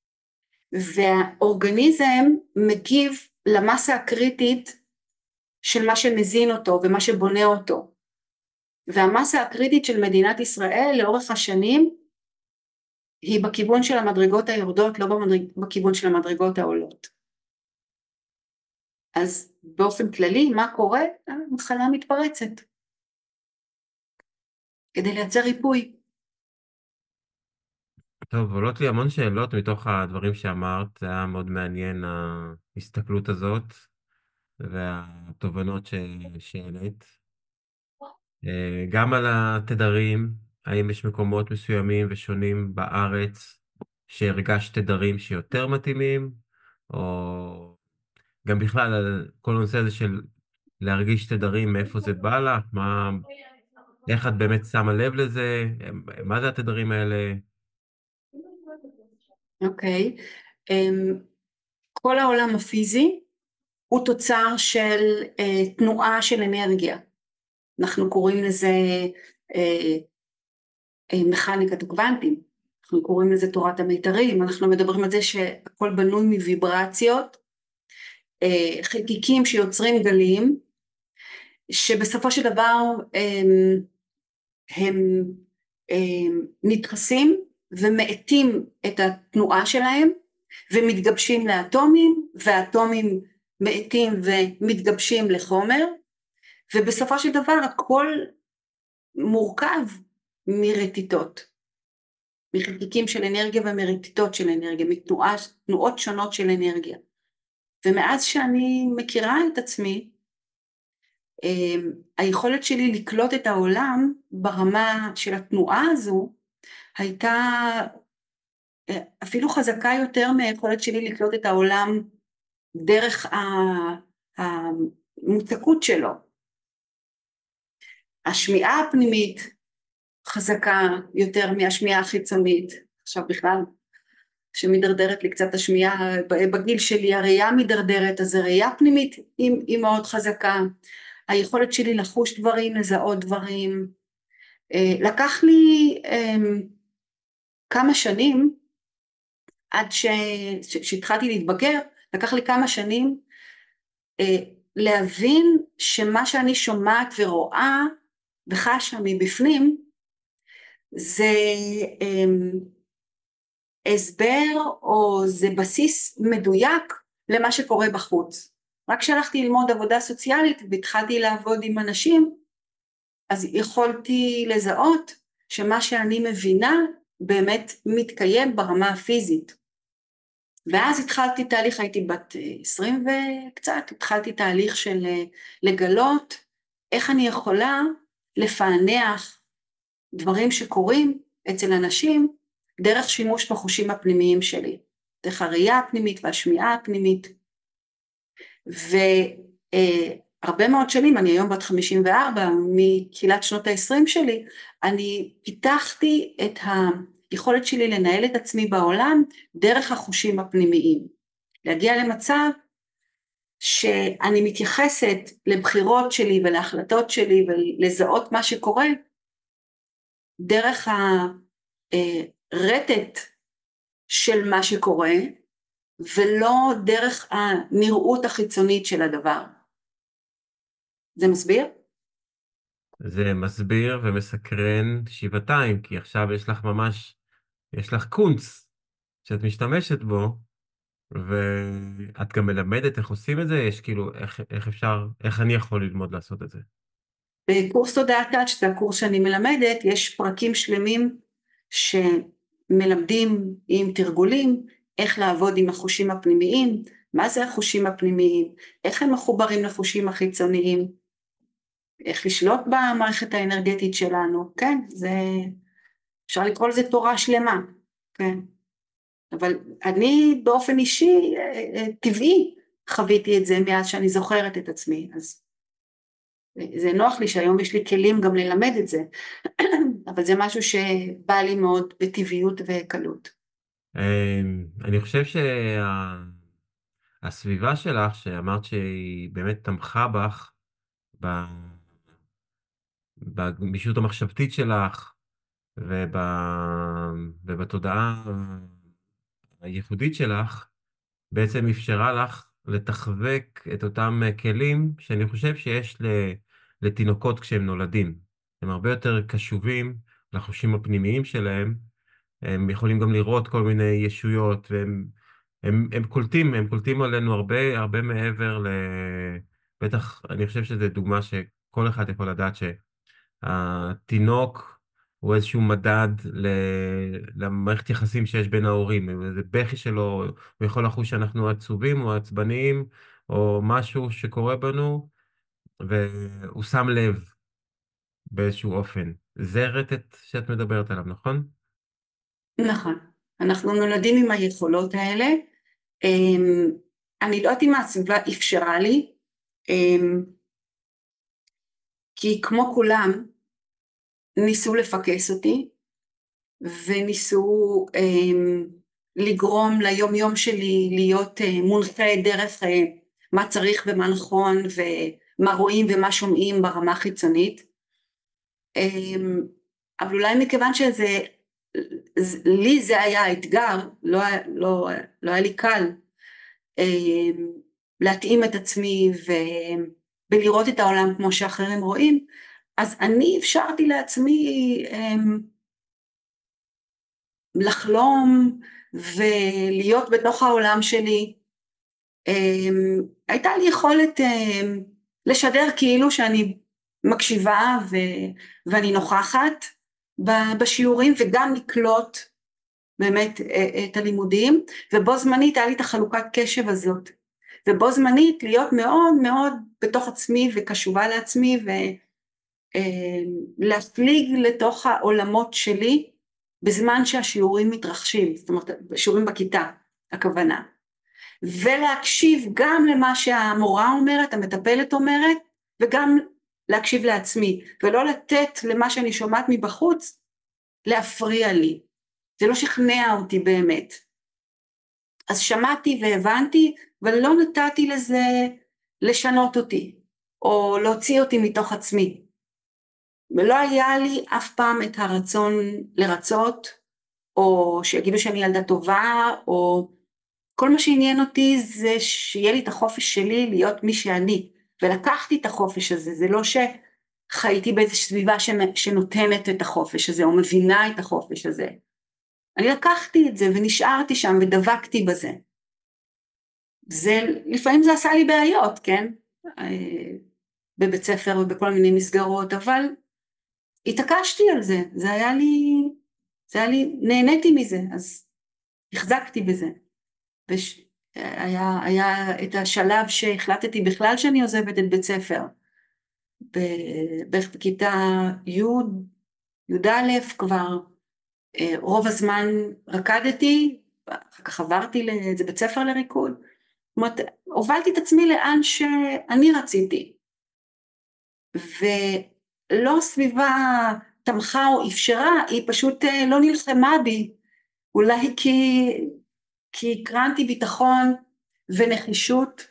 והאורגניזם מגיב למסה הקריטית של מה שמזין אותו ומה שבונה אותו, והמסה הקריטית של מדינת ישראל לאורך השנים היא בכיוון של המדרגות היורדות, לא בכיוון של המדרגות העולות. אז באופן כללי מה קורה? המחלה מתפרצת כדי לייצר ריפוי. טוב, עולות לי המון שאלות מתוך הדברים שאמרת, זה היה מאוד מעניין ההסתכלות הזאת והתובנות שהעלית. גם על התדרים, האם יש מקומות מסוימים ושונים בארץ שהרגשת תדרים שיותר מתאימים, או גם בכלל על כל הנושא הזה של להרגיש תדרים, מאיפה זה בא לך, איך את באמת שמה לב לזה, מה זה התדרים האלה? אוקיי. כל העולם הפיזי הוא תוצר של תנועה של אנרגיה. אנחנו קוראים לזה מכניקת הקוונטים, אנחנו קוראים לזה תורת המיתרים, אנחנו מדברים על זה שהכל בנוי מוויברציות, חלקיקים שיוצרים גלים, שבסופו של דבר הם נדחסים ומאטים את התנועה שלהם, ומתגבשים לאטומים, והאטומים מאטים ומתגבשים לחומר, ובסופו של דבר הכל מורכב מרטיטות, מחלקיקים של אנרגיה ומרטיטות של אנרגיה, מתנועות שונות של אנרגיה. ומאז שאני מכירה את עצמי, היכולת שלי לקלוט את העולם ברמה של התנועה הזו, הייתה אפילו חזקה יותר מהיכולת שלי לקלוט את העולם דרך המוצקות שלו. השמיעה הפנימית חזקה יותר מהשמיעה החיצונית. עכשיו בכלל, שמדרדרת לי קצת השמיעה, בגיל שלי הראייה מדרדרת, אז הראייה פנימית היא מאוד חזקה. היכולת שלי לחוש דברים, לזהות דברים. לקח לי כמה שנים, עד שהתחלתי להתבגר, לקח לי כמה שנים להבין שמה שאני שומעת ורואה וחשה מבפנים, זה הסבר או זה בסיס מדויק למה שקורה בחוץ. רק כשהלכתי ללמוד עבודה סוציאלית והתחלתי לעבוד עם אנשים, אז יכולתי לזהות שמה שאני מבינה באמת מתקיים ברמה הפיזית. ואז התחלתי תהליך, הייתי בת 20 וקצת, התחלתי תהליך של לגלות איך אני יכולה לפענח דברים שקורים אצל אנשים דרך שימוש בחושים הפנימיים שלי, דרך הראייה הפנימית והשמיעה הפנימית. והרבה מאוד שנים, אני היום בת 54, מתחילת שנות ה-20 שלי, אני פיתחתי את היכולת שלי לנהל את עצמי בעולם דרך החושים הפנימיים. להגיע למצב שאני מתייחסת לבחירות שלי ולהחלטות שלי ולזהות מה שקורה דרך הרטט של מה שקורה, ולא דרך הנראות החיצונית של הדבר. זה מסביר? זה מסביר ומסקרן שבעתיים, כי עכשיו יש לך ממש, יש לך קונץ שאת משתמשת בו, ואת גם מלמדת איך עושים את זה, יש כאילו, איך אפשר, איך אני יכול ללמוד לעשות את זה? בקורס תודעת תת, שזה הקורס שאני מלמדת, יש פרקים שלמים שמלמדים עם תרגולים, איך לעבוד עם החושים הפנימיים, מה זה החושים הפנימיים, איך הם מחוברים לחושים החיצוניים, איך לשלוט במערכת האנרגטית שלנו, כן, זה, אפשר לקרוא לזה תורה שלמה, כן. אבל אני באופן אישי, טבעי, חוויתי את זה מאז שאני זוכרת את עצמי, אז זה נוח לי שהיום יש לי כלים גם ללמד את זה, אבל זה משהו שבא לי מאוד בטבעיות וקלות. אני חושב שהסביבה שלך, שאמרת שהיא באמת תמכה בך בגמישות המחשבתית שלך וב... ובתודעה הייחודית שלך, בעצם אפשרה לך לתחזק את אותם כלים שאני חושב שיש לתינוקות כשהם נולדים. הם הרבה יותר קשובים לחושים הפנימיים שלהם, הם יכולים גם לראות כל מיני ישויות, הם קולטים עלינו הרבה מעבר בטח, אני חושב שזו דוגמה שכל אחד יכול לדעת שהתינוק הוא איזשהו מדד למערכת יחסים שיש בין ההורים. זה בכי שלו, הוא יכול לחוש שאנחנו עצובים או עצבניים, או משהו שקורה בנו, והוא שם לב באיזשהו אופן. זה רטט שאת מדברת עליו, נכון? נכון, אנחנו נולדים עם היכולות האלה, אני לא יודעת אם הסביבה אפשרה לי, כי כמו כולם ניסו לפקס אותי, וניסו לגרום ליום יום שלי להיות מונחה דרך מה צריך ומה נכון ומה רואים ומה שומעים ברמה חיצונית, אבל אולי מכיוון שזה לי זה היה האתגר, לא היה לי קל להתאים את עצמי ולראות את העולם כמו שאחרים רואים, אז אני אפשרתי לעצמי לחלום ולהיות בתוך העולם שלי. הייתה לי יכולת לשדר כאילו שאני מקשיבה ואני נוכחת בשיעורים, וגם לקלוט באמת את הלימודים, ובו זמנית היה לי את החלוקת קשב הזאת, ובו זמנית להיות מאוד מאוד בתוך עצמי וקשובה לעצמי, ולהפליג לתוך העולמות שלי בזמן שהשיעורים מתרחשים, זאת אומרת שיעורים בכיתה הכוונה, ולהקשיב גם למה שהמורה אומרת, המטפלת אומרת, וגם להקשיב לעצמי, ולא לתת למה שאני שומעת מבחוץ להפריע לי, זה לא שכנע אותי באמת. אז שמעתי והבנתי, ולא נתתי לזה לשנות אותי, או להוציא אותי מתוך עצמי. ולא היה לי אף פעם את הרצון לרצות, או שיגידו שאני ילדה טובה, או כל מה שעניין אותי זה שיהיה לי את החופש שלי להיות מי שאני, ולקחתי את החופש הזה. זה לא חייתי באיזו סביבה שנותנת את החופש הזה, או מבינה את החופש הזה. אני לקחתי את זה ונשארתי שם ודבקתי בזה. לפעמים זה עשה לי בעיות, כן? בבית ספר ובכל מיני מסגרות, אבל התעקשתי על זה, נהניתי מזה, אז החזקתי בזה. היה את השלב שהחלטתי בכלל שאני עוזבת את בית ספר, בערך בכיתה י"א כבר, רוב הזמן רקדתי, אחר כך עברתי לאיזה בית ספר לריקוד, זאת אומרת, הובלתי את עצמי לאן שאני רציתי, ולא הסביבה תמכה או אפשרה, היא פשוט לא נלחמה בי, אולי כי הקרנתי ביטחון ונחישות,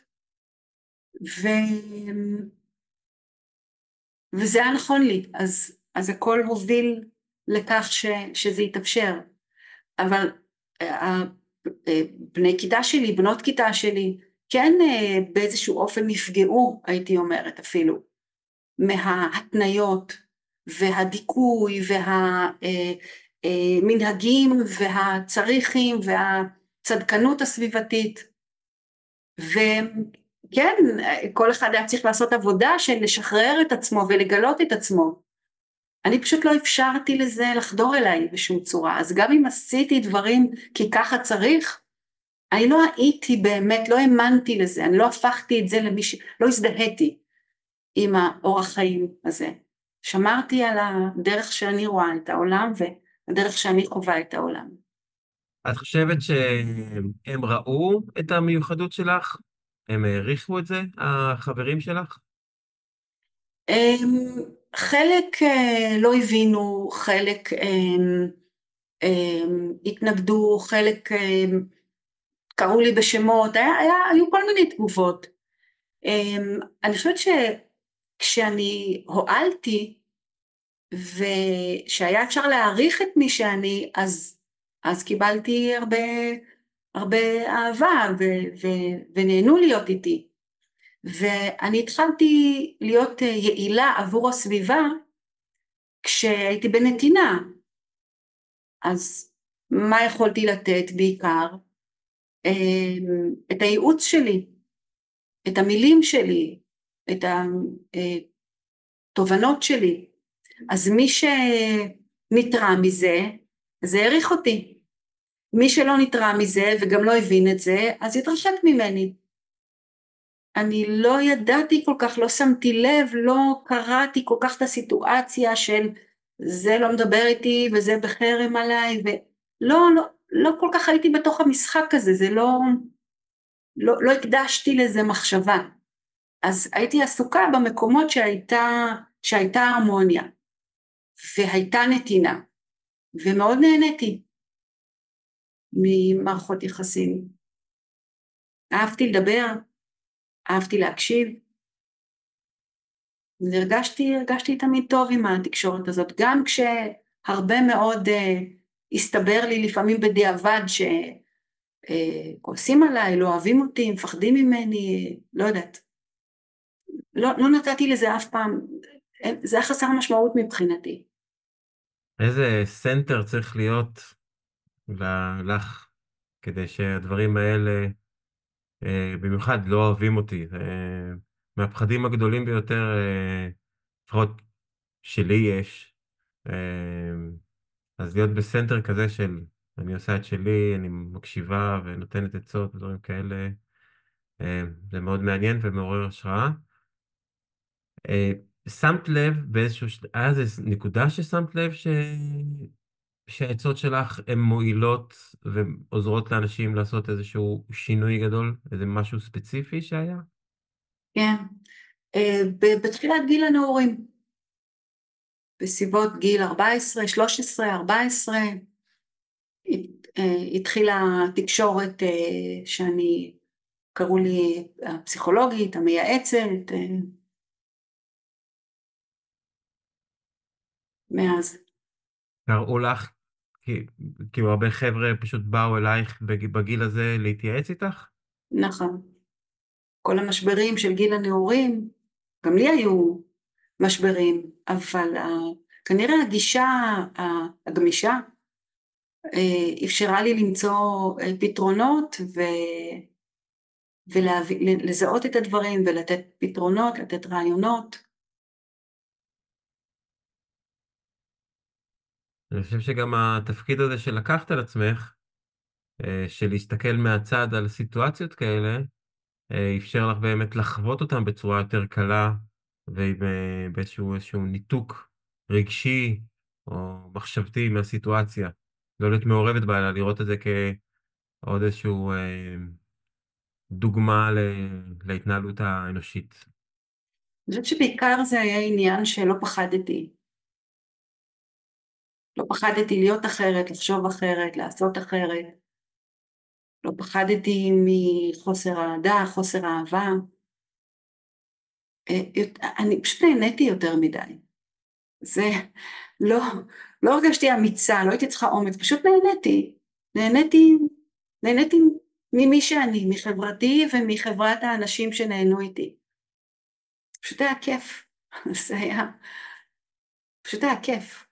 וזה היה נכון לי, אז הכל הוביל לכך שזה יתאפשר. אבל בנות כיתה שלי, כן באיזשהו אופן נפגעו, הייתי אומרת אפילו, מההתניות והדיכוי והמנהגים והצריכים והצדקנות הסביבתית, וכן, כל אחד היה צריך לעשות עבודה של לשחרר את עצמו ולגלות את עצמו. אני פשוט לא אפשרתי לזה לחדור אליי בשום צורה, אז גם אם עשיתי דברים כי ככה צריך, אני לא הייתי באמת, לא האמנתי לזה, אני לא הפכתי את זה לא הזדהיתי עם האורח חיים הזה. שמרתי על הדרך שאני רואה את העולם והדרך שאני חווה את העולם. את חושבת שהם ראו את המיוחדות שלך? הם העריכו את זה, החברים שלך? חלק לא הבינו, חלק התנגדו, חלק קראו לי בשמות, היו כל מיני תגובות. אני חושבת שכשאני הועלתי, ושהיה אפשר להעריך את מי שאני, אז קיבלתי הרבה אהבה, ונהנו להיות איתי. ואני התחלתי להיות יעילה עבור הסביבה, כשהייתי בנתינה. אז מה יכולתי לתת בעיקר? את הייעוץ שלי, את המילים שלי, את התובנות שלי. אז מי שנתרע מזה, זה העריך אותי. מי שלא נתרע מזה וגם לא הבין את זה, אז יתרחק ממני. אני לא ידעתי כל כך, לא שמתי לב, לא קראתי כל כך את הסיטואציה של זה לא מדבר איתי וזה בחרם עליי, לא כל כך הייתי בתוך המשחק הזה, זה לא הקדשתי לזה מחשבה. אז הייתי עסוקה במקומות שהייתה הרמוניה, והייתה נתינה, ומאוד נהניתי ממערכות יחסים. אהבתי לדבר, אהבתי להקשיב, הרגשתי תמיד טוב עם התקשורת הזאת, גם כשהרבה מאוד הסתבר לי לפעמים בדיעבד שכועסים עליי, לא אוהבים אותי, מפחדים ממני, לא יודעת. לא נתתי לזה אף פעם, זה היה חסר משמעות מבחינתי. איזה סנטר צריך להיות לך, כדי שהדברים האלה, במיוחד לא אוהבים אותי. מהפחדים הגדולים ביותר, לפחות שלי יש. אז להיות בסנטר כזה של אני עושה את שלי, אני מקשיבה ונותנת עצות ודברים כאלה, זה מאוד מעניין ומעורר השראה. שמת לב היה איזו נקודה ששמת לב שהעצות שלך הן מועילות ועוזרות לאנשים לעשות איזשהו שינוי גדול, איזה משהו ספציפי שהיה? כן, בתחילת גיל הנעורים, בסביבות גיל 14, 13, 14, התחילה תקשורת קראו לי הפסיכולוגית, המייעצת, מאז. קראו לך, כאילו הרבה חבר'ה פשוט באו אלייך בגיל הזה להתייעץ איתך? נכון. כל המשברים של גיל הנעורים, גם לי היו משברים, אבל כנראה הגישה הגמישה אפשרה לי למצוא פתרונות ולזהות את הדברים ולתת פתרונות, לתת רעיונות. אני חושב שגם התפקיד הזה שלקחת על עצמך, של להסתכל מהצד על סיטואציות כאלה, אפשר לך באמת לחוות אותם בצורה יותר קלה, ובאיזשהו ניתוק רגשי או מחשבתי מהסיטואציה. לא להיות מעורבת בה, אלא לראות את זה כעוד איזשהו דוגמה להתנהלות האנושית. אני חושבת שבעיקר זה היה עניין שלא פחדתי. לא פחדתי להיות אחרת, לחשוב אחרת, לעשות אחרת. לא פחדתי מחוסר אהדה, חוסר אהבה. אני פשוט נהניתי יותר מדי. זה לא, לא הרגשתי אמיצה, לא הייתי צריכה אומץ, פשוט נהניתי. נהניתי ממי שאני, מחברתי ומחברת האנשים שנהנו איתי. פשוט היה כיף. זה היה, פשוט היה כיף.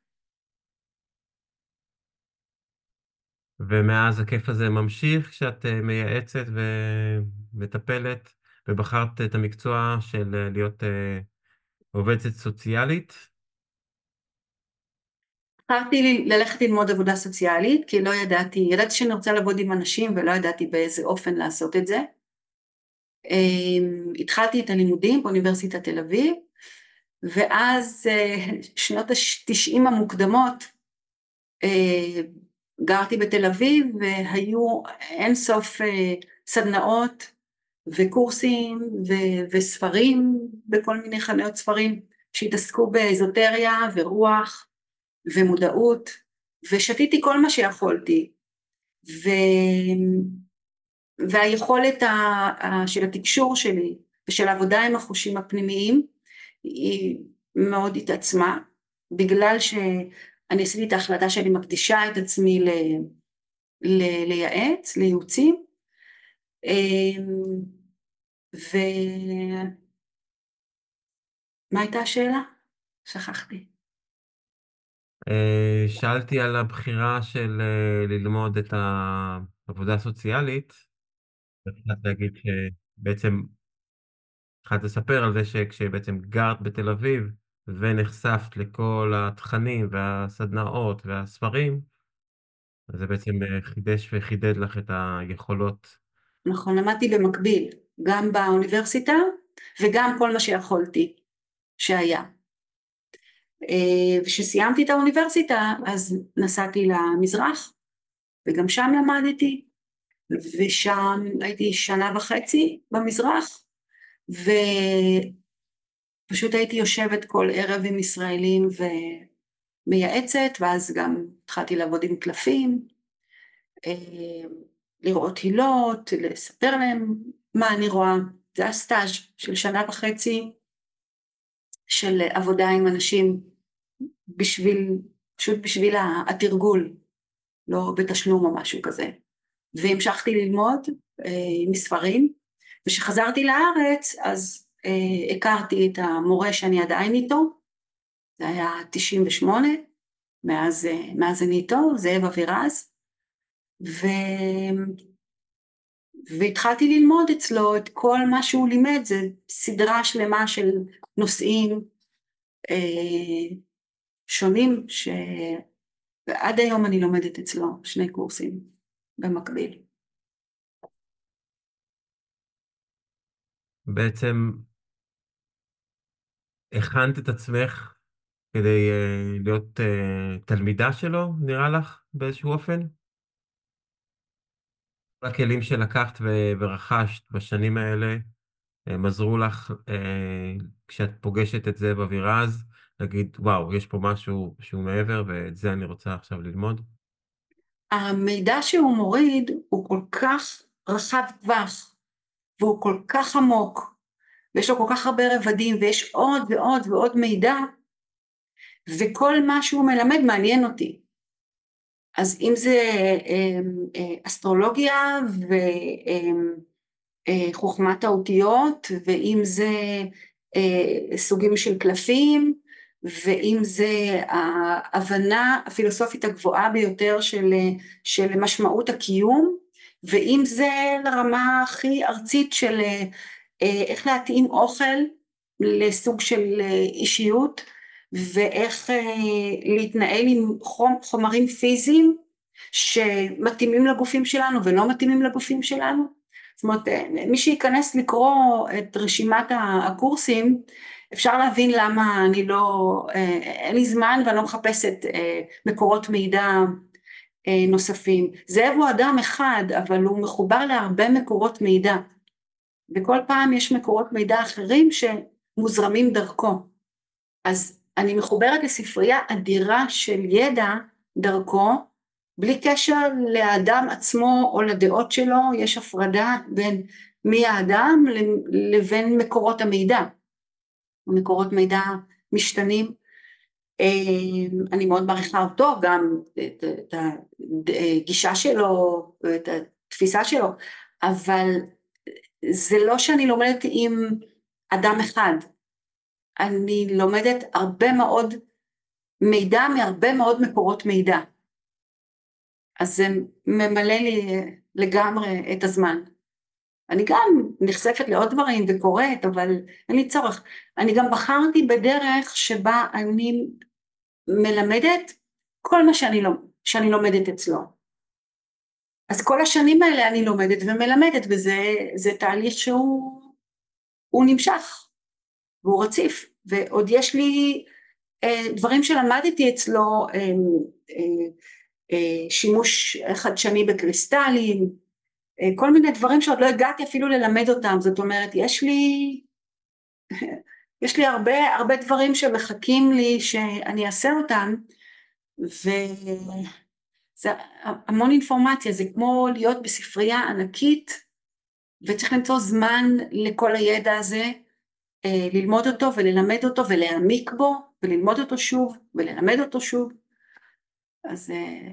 ומאז הכיף הזה ממשיך כשאת מייעצת ומטפלת, ובחרת את המקצוע של להיות עובדת סוציאלית. בחרתי ללכת ללמוד עבודה סוציאלית, כי לא ידעתי שאני רוצה לעבוד עם אנשים ולא ידעתי באיזה אופן לעשות את זה. התחלתי את הלימודים באוניברסיטת תל אביב, ואז שנות ה-90 המוקדמות, גרתי בתל אביב והיו אין סוף סדנאות וקורסים וספרים בכל מיני חנויות ספרים שהתעסקו באזוטריה ורוח ומודעות, ושתיתי כל מה שיכולתי, והיכולת של התקשור שלי ושל העבודה עם החושים הפנימיים היא מאוד התעצמה, בגלל שאני עשיתי את ההחלטה שאני מקדישה את עצמי לייעץ, לייעוצים. ומה הייתה השאלה? שכחתי. שאלתי על הבחירה של ללמוד את העבודה הסוציאלית. התחלת להגיד שבעצם, התחלת לספר על זה שכשבעצם גרת בתל אביב ונחשפת לכל התכנים והסדנאות והספרים, אז זה בעצם חידש וחידד לך את היכולות. נכון, למדתי במקביל, גם באוניברסיטה וגם כל מה שיכולתי שהיה. וכשסיימתי את האוניברסיטה אז נסעתי למזרח וגם שם למדתי, ושם הייתי 1.5 במזרח, ופשוט הייתי יושבת כל ערב עם ישראלים ומייעצת, ואז גם התחלתי לעבוד עם קלפים, לראות הילות, לספר להם מה אני רואה. זה היה סטאז' של 1.5 של עבודה עם אנשים פשוט בשביל התרגול, לא בתשלום או משהו כזה. והמשכתי ללמוד מספרים, וכשחזרתי לארץ אז הכרתי את המורה שאני עדיין איתו, זה היה 98, מאז אני איתו, זאב אבירז, והתחלתי ללמוד אצלו את כל מה שהוא לימד, זה סדרה שלמה של נושאים שונים, ועד היום אני לומדת אצלו 2 קורסים במקביל. בעצם הכנת את עצמך כדי להיות תלמידה שלו, נראה לך, באיזשהו אופן? הכלים שלקחת ורכשת בשנים האלה, הם עזרו לך, כשאת פוגשת את זאב אבירז, להגיד, וואו, יש פה משהו שהוא מעבר, ואת זה אני רוצה עכשיו ללמוד. המידע שהוא מוריד הוא כל כך רחב טווח, והוא כל כך עמוק, ויש לו כל כך הרבה רבדים, ויש עוד ועוד ועוד מידע, וכל מה שהוא מלמד מעניין אותי. אז אם זה אסטרולוגיה וחוכמת האותיות, ואם זה סוגים של קלפים, ואם זה ההבנה הפילוסופית הגבוהה ביותר של משמעות הקיום, ואם זה לרמה הכי ארצית של איך להתאים אוכל לסוג של אישיות, ואיך להתנהל עם חומרים פיזיים שמתאימים לגופים שלנו ולא מתאימים לגופים שלנו. זאת אומרת, מי שייכנס לקרוא את רשימת הקורסים, אפשר להבין למה אני לא, אין לי זמן ואני לא מחפשת מקורות מידע נוספים. זאב הוא אדם אחד, אבל הוא מחובר להרבה מקורות מידע, וכל פעם יש מקורות מידע אחרים שמוזרמים דרכו. אז אני מחוברת לספרייה אדירה של ידע דרכו, בלי קשר לאדם עצמו או לדעות שלו. יש הפרדה בין מי האדם לבין מקורות המידע. מקורות מידע משתנים. אני מאוד מעריכה אותו, גם את הגישה שלו, את התפיסה שלו, אבל זה לא שאני לומדת עם אדם אחד. אני לומדת הרבה מאוד מידע מהרבה מאוד מקורות מידע. אז זה ממלא לי לגמרי את הזמן. אני גם נחשפת לעוד דברים וקוראת, אבל אין לי צורך. אני גם בחרתי בדרך שבה אני מלמדת כל מה שאני לומדת אצלו. אז כל השנים האלה אני לומדת ומלמדת, וזה תהליך שהוא נמשך, והוא רציף, ועוד יש לי דברים שלמדתי אצלו, שימוש חדשני בקריסטלים, כל מיני דברים שעוד לא הגעתי אפילו ללמד אותם. זאת אומרת, יש לי הרבה דברים שמחכים לי שאני אעשה אותם, וזה המון אינפורמציה. זה כמו להיות בספרייה ענקית, וצריך למצוא זמן לכל הידע הזה, ללמוד אותו וללמד אותו ולהעמיק בו, וללמוד אותו שוב וללמד אותו שוב. אז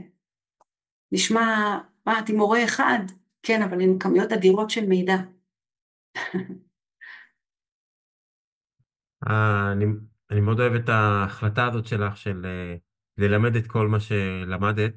נשמע, מה, אתם מורה אחד? כן, אבל עם כמויות אדירות של מידע. אני, אני מאוד אוהב את ההחלטה הזאת שלך של ללמד את כל מה שלמדת.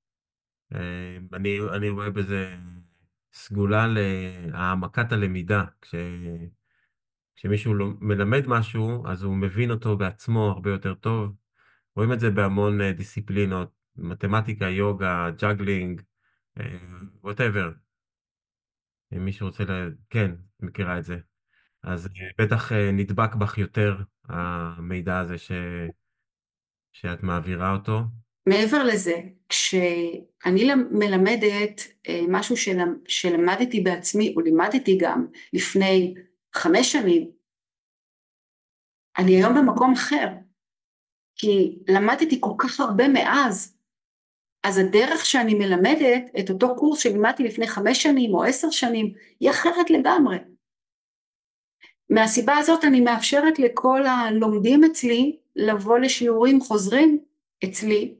אני רואה בזה סגולה להעמקת הלמידה. כשמישהו מלמד משהו, אז הוא מבין אותו בעצמו הרבה יותר טוב. רואים את זה בהמון דיסציפלינות, מתמטיקה, יוגה, ג'אגלינג, whatever. אם מישהו רוצה כן, מכירה את זה. אז בטח נדבק בך יותר המידע הזה שאת מעבירה אותו. מעבר לזה, כשאני מלמדת משהו שלמדתי בעצמי, או לימדתי גם לפני 5 שנים, אני היום במקום אחר, כי למדתי כל כך הרבה מאז. אז הדרך שאני מלמדת את אותו קורס שלימדתי לפני 5 שנים או 10 שנים, היא אחרת לגמרי. מהסיבה הזאת אני מאפשרת לכל הלומדים אצלי לבוא לשיעורים חוזרים אצלי,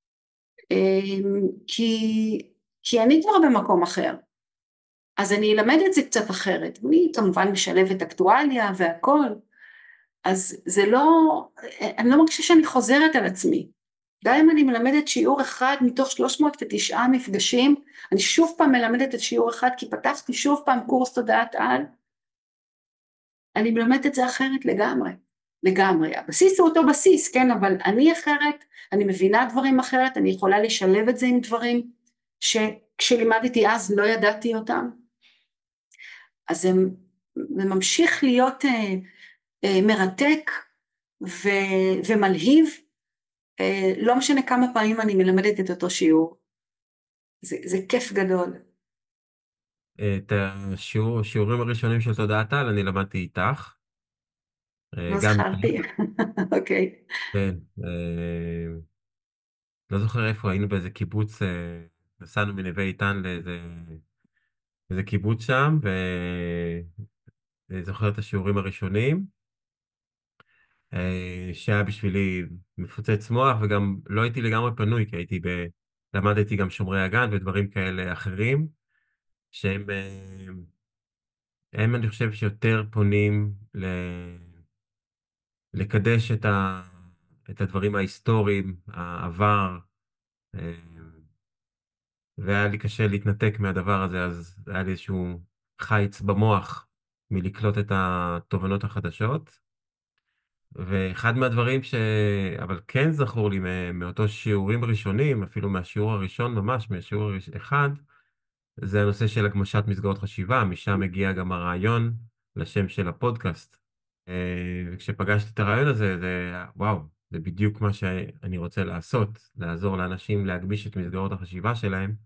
כי אני כבר במקום אחר. אז אני אלמד את זה קצת אחרת, ואני כמובן משלבת אקטואליה והכל, אז זה לא, אני לא מרגישה שאני חוזרת על עצמי. גם אם אני מלמדת שיעור אחד מתוך 309 מפגשים, אני שוב פעם מלמדת את שיעור אחד, כי פתחתי שוב פעם קורס תודעת על, אני מלמדת את זה אחרת לגמרי, לגמרי. הבסיס הוא אותו בסיס, כן, אבל אני אחרת, אני מבינה דברים אחרת, אני יכולה לשלב את זה עם דברים שכשלימדתי אז לא ידעתי אותם. אז זה ממשיך להיות מרתק ומלהיב, לא משנה כמה פעמים אני מלמדת את אותו שיעור. זה כיף גדול. את השיעורים הראשונים של תודעת על אני למדתי איתך. לא גם זכרתי. אוקיי. כן. לא זוכר איפה, היינו באיזה קיבוץ, נסענו מנווה איתן לאיזה קיבוץ שם, וזוכר את השיעורים הראשונים, שהיה בשבילי מפוצץ מוח, וגם לא הייתי לגמרי פנוי, כי למדתי גם שומרי הגן ודברים כאלה אחרים, שהם, אני חושב שיותר פונים לקדש את הדברים ההיסטוריים, העבר, אה, והיה לי קשה להתנתק מהדבר הזה, אז היה לי איזשהו חיץ במוח מלקלוט את התובנות החדשות. ואחד מהדברים אבל כן זכור לי מאותו שיעורים ראשונים, אפילו מהשיעור הראשון ממש, מהשיעור אחד, זה הנושא של הגמשת מסגרות חשיבה, משם הגיע גם הרעיון לשם של הפודקאסט. וכשפגשתי את הרעיון הזה, וואו, זה בדיוק מה שאני רוצה לעשות, לעזור לאנשים להגמיש את מסגרות החשיבה שלהם.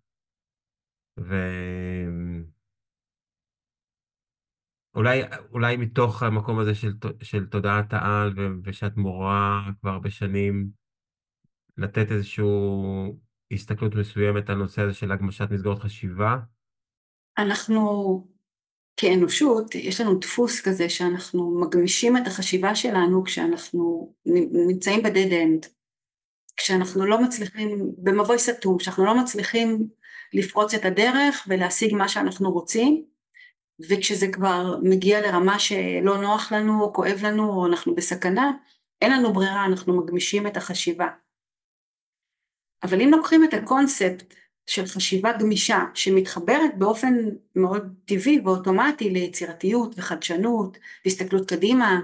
ואולי מתוך המקום הזה של תודעת העל, ושאת מורה כבר הרבה שנים, לתת איזושהי הסתכלות מסוימת על נושא הזה של הגמשת מסגרות חשיבה. אנחנו כאנושות, יש לנו דפוס כזה שאנחנו מגמישים את החשיבה שלנו כשאנחנו נמצאים בדד אנד, כשאנחנו לא מצליחים, במבוי סתום, כשאנחנו לא מצליחים לפרוץ את הדרך ולהשיג מה שאנחנו רוצים, וכשזה כבר מגיע לרמה שלא נוח לנו או כואב לנו או אנחנו בסכנה, אין לנו ברירה, אנחנו מגמישים את החשיבה. אבל אם לוקחים את הקונספט של חשיבה גמישה שמתחברת באופן מאוד טבעי ואוטומטי ליצירתיות וחדשנות והסתכלות קדימה,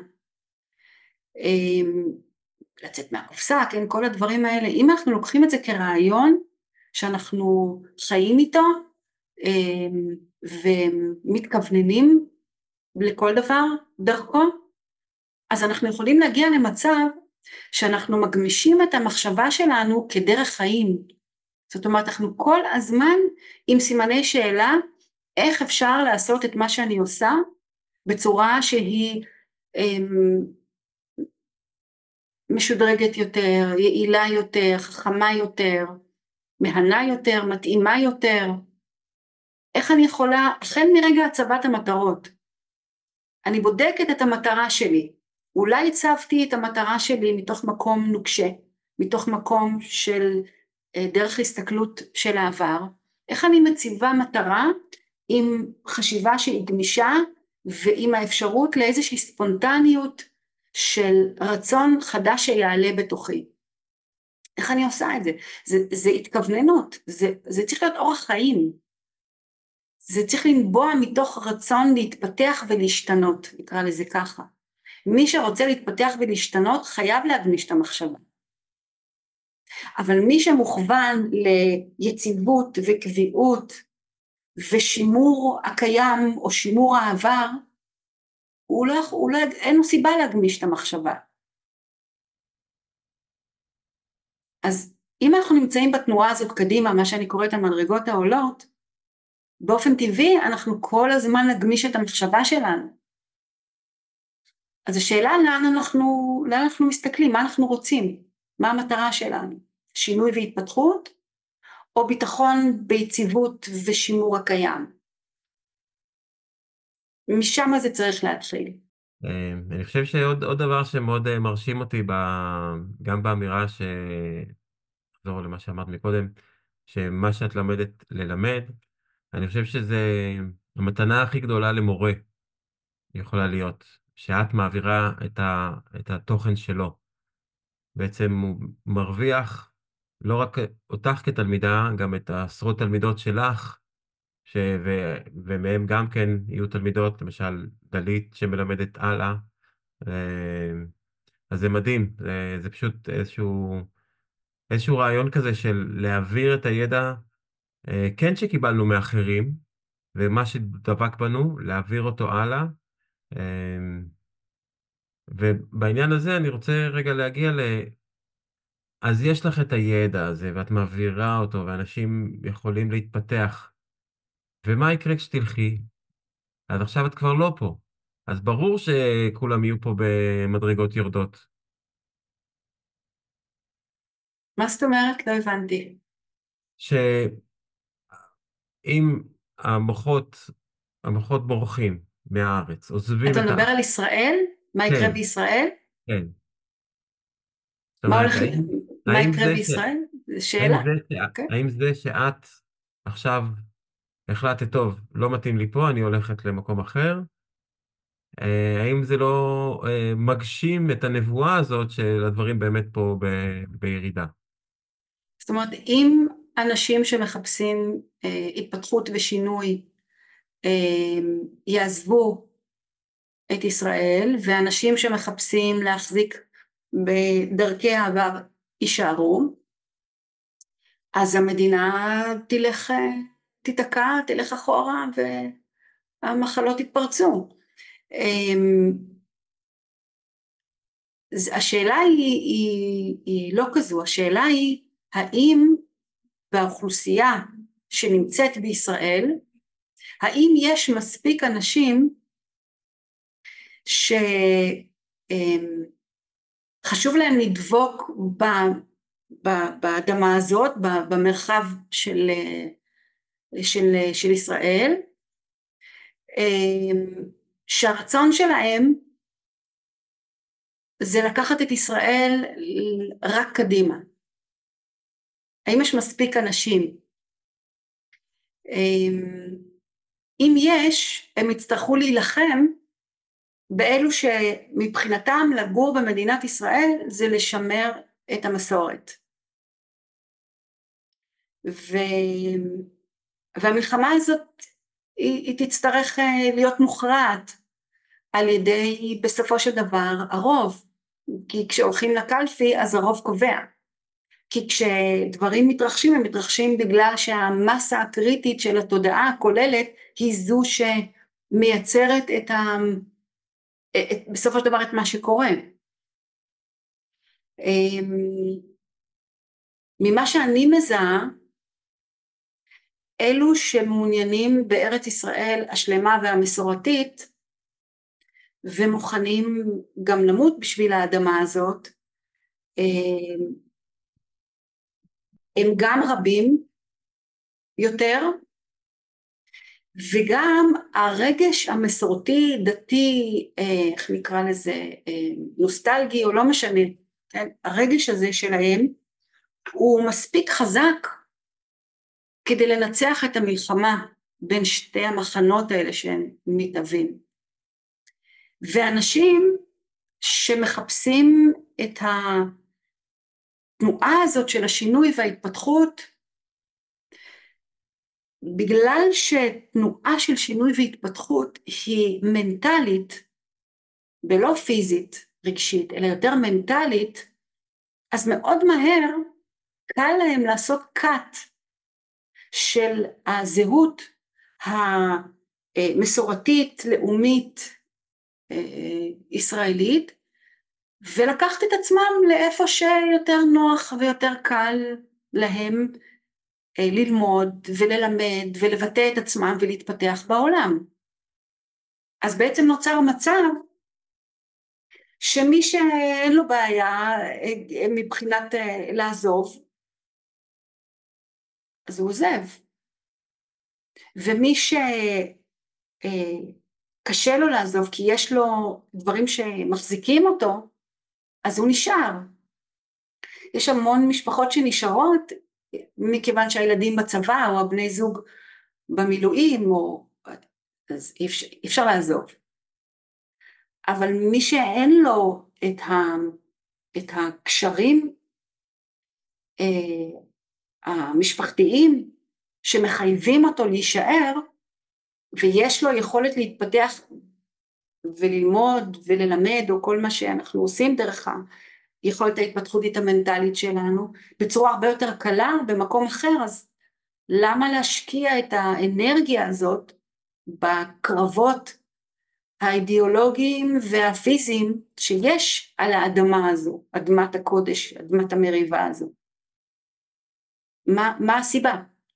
לצאת מהקופסה, כן, כל הדברים האלה, אם אנחנו לוקחים את זה כרעיון שאנחנו חיים איתו ומתכווננים לכל דבר דרכו, אז אנחנו יכולים להגיע למצב שאנחנו מגמישים את המחשבה שלנו כדרך חיים. זאת אומרת, אנחנו כל הזמן עם סימני שאלה, איך אפשר לעשות את מה שאני עושה, בצורה שהיא משודרגת יותר, יעילה יותר, חכמה יותר, מהנה יותר, מתאימה יותר. איך אני יכולה, החל מרגע הצבת המטרות, אני בודקת את המטרה שלי, אולי הצבתי את המטרה שלי מתוך מקום נוקשה, מתוך מקום של דרך הסתכלות של העבר, איך אני מציבה מטרה עם חשיבה שהיא גמישה, ועם האפשרות לאיזושהי ספונטניות של רצון חדש שיעלה בתוכי. איך אני עושה את זה? זה התכווננות, זה צריך להיות אורח חיים, זה צריך לנבוע מתוך רצון להתפתח ולהשתנות, נקרא לזה ככה. מי שרוצה להתפתח ולהשתנות חייב להגמיש את המחשבה. אבל מי שמוכוון ליציבות וקביעות ושימור הקיים או שימור העבר, אין לו סיבה להגמיש את המחשבה. אז אם אנחנו נמצאים בתנועה הזאת קדימה, מה שאני קוראת המדרגות העולות, באופן טבעי אנחנו כל הזמן נגמיש את המחשבה שלנו. אז השאלה לאן אנחנו מסתכלים, מה אנחנו רוצים, מה המטרה שלנו, שינוי והתפתחות, או ביטחון ביציבות ושימור הקיים. משם זה צריך להתחיל. אני חושב שעוד דבר שמאוד מרשים אותי, גם באמירה נחזור למה שאמרת מקודם, שמה שאת למדת ללמד, אני חושב שזה המתנה הכי גדולה למורה יכולה להיות, שאת מעבירה את התוכן שלו. בעצם הוא מרוויח לא רק אותך כתלמידה, גם את העשרות תלמידות שלך, ומהם גם כן יהיו תלמידות, למשל דלית שמלמדת הלאה. אז זה מדהים, זה פשוט איזשהו רעיון כזה של להעביר את הידע, כן שקיבלנו מאחרים, ומה שדבק בנו, להעביר אותו הלאה. ובעניין הזה אני רוצה רגע להגיע אז יש לך את הידע הזה, ואת מעבירה אותו, ואנשים יכולים להתפתח. ומה יקרה כשתלכי? אז עכשיו את כבר לא פה. אז ברור שכולם יהיו פה במדרגות יורדות. מה זאת אומרת? לא הבנתי. שאם המוחות בורחים מהארץ, עוזבים אתה את מדבר הארץ. על ישראל? מה יקרה כן, בישראל? כן. זאת מה אומרת, הולך, מה האם יקרה זה בישראל? זו שאלה? אוקיי. האם זה שאת עכשיו החלטת, טוב, לא מתאים לי פה, אני הולכת למקום אחר, האם זה לא מגשים את הנבואה הזאת של הדברים באמת פה בירידה? זאת אומרת, אם אנשים שמחפשים התפתחות ושינוי יעזבו את ישראל, ואנשים שמחפשים להחזיק בדרכי העבר יישארו, אז המדינה תיתקע, תלך אחורה, והמחלות יתפרצו. השאלה היא לא כזו, השאלה היא האם באוכלוסייה שנמצאת בישראל, האם יש מספיק אנשים שחשוב להם לדבוק באדמה הזאת, במרחב של ישראל, שהרצון שלהם זה לקחת את ישראל רק קדימה. האם יש מספיק אנשים? אם יש, הם יצטרכו להילחם באלו שמבחינתם לגור במדינת ישראל זה לשמר את המסורת. והמלחמה הזאת היא תצטרך להיות מוכרעת על ידי בסופו של דבר הרוב, כי כשהולכים לקלפי אז הרוב קובע, כי כשדברים מתרחשים הם מתרחשים בגלל שהמסה הקריטית של התודעה הכוללת היא זו שמייצרת בסופו של דבר את מה שקורה. ממה שאני מזהה, אלו שמעוניינים בארץ ישראל השלמה והמסורתית ומוכנים גם למות בשביל האדמה הזאת, הם גם רבים יותר, וגם הרגש המסורתי דתי, איך נקרא לזה, נוסטלגי או לא משנה, כן? הרגש הזה שלהם הוא מספיק חזק כדי לנצח את המלחמה בין שתי המחנות האלה שהם מתאבים. ואנשים שמחפשים את התנועה הזאת של השינוי וההתפתחות, בגלל שתנועה של שינוי והתפתחות היא מנטלית ולא פיזית רגשית אלא יותר מנטלית, אז מאוד מהר קל להם לעשות קאט של הזהות המסורתית לאומית ישראלית, ולקחת את עצמם לאיפה שיותר נוח ויותר קל להם ללמוד וללמד ולבטא את עצמם ולהתפתח בעולם. אז בעצם נוצר מצב שמי שאין לו בעיה מבחינת לעזוב, אז הוא עוזב. ומי שקשה לו לעזוב כי יש לו דברים שמחזיקים אותו, אז הוא נשאר. יש המון משפחות שנשארות מכיוון שהילדים בצבא או הבני זוג במילואים, אז אי אפשר לעזוב. אבל מי שאין לו את הקשרים המשפחתיים שמחייבים אותו להישאר, ויש לו יכולת להתפתח וללמוד וללמד, או כל מה שאנחנו עושים דרך היכולת ההתפתחותית המנטלית שלנו, בצורה הרבה יותר קלה במקום אחר, אז למה להשקיע את האנרגיה הזאת בקרבות האידיאולוגיים והפיזיים שיש על האדמה הזו, אדמת הקודש, אדמת המריבה הזו? מה הסיבה?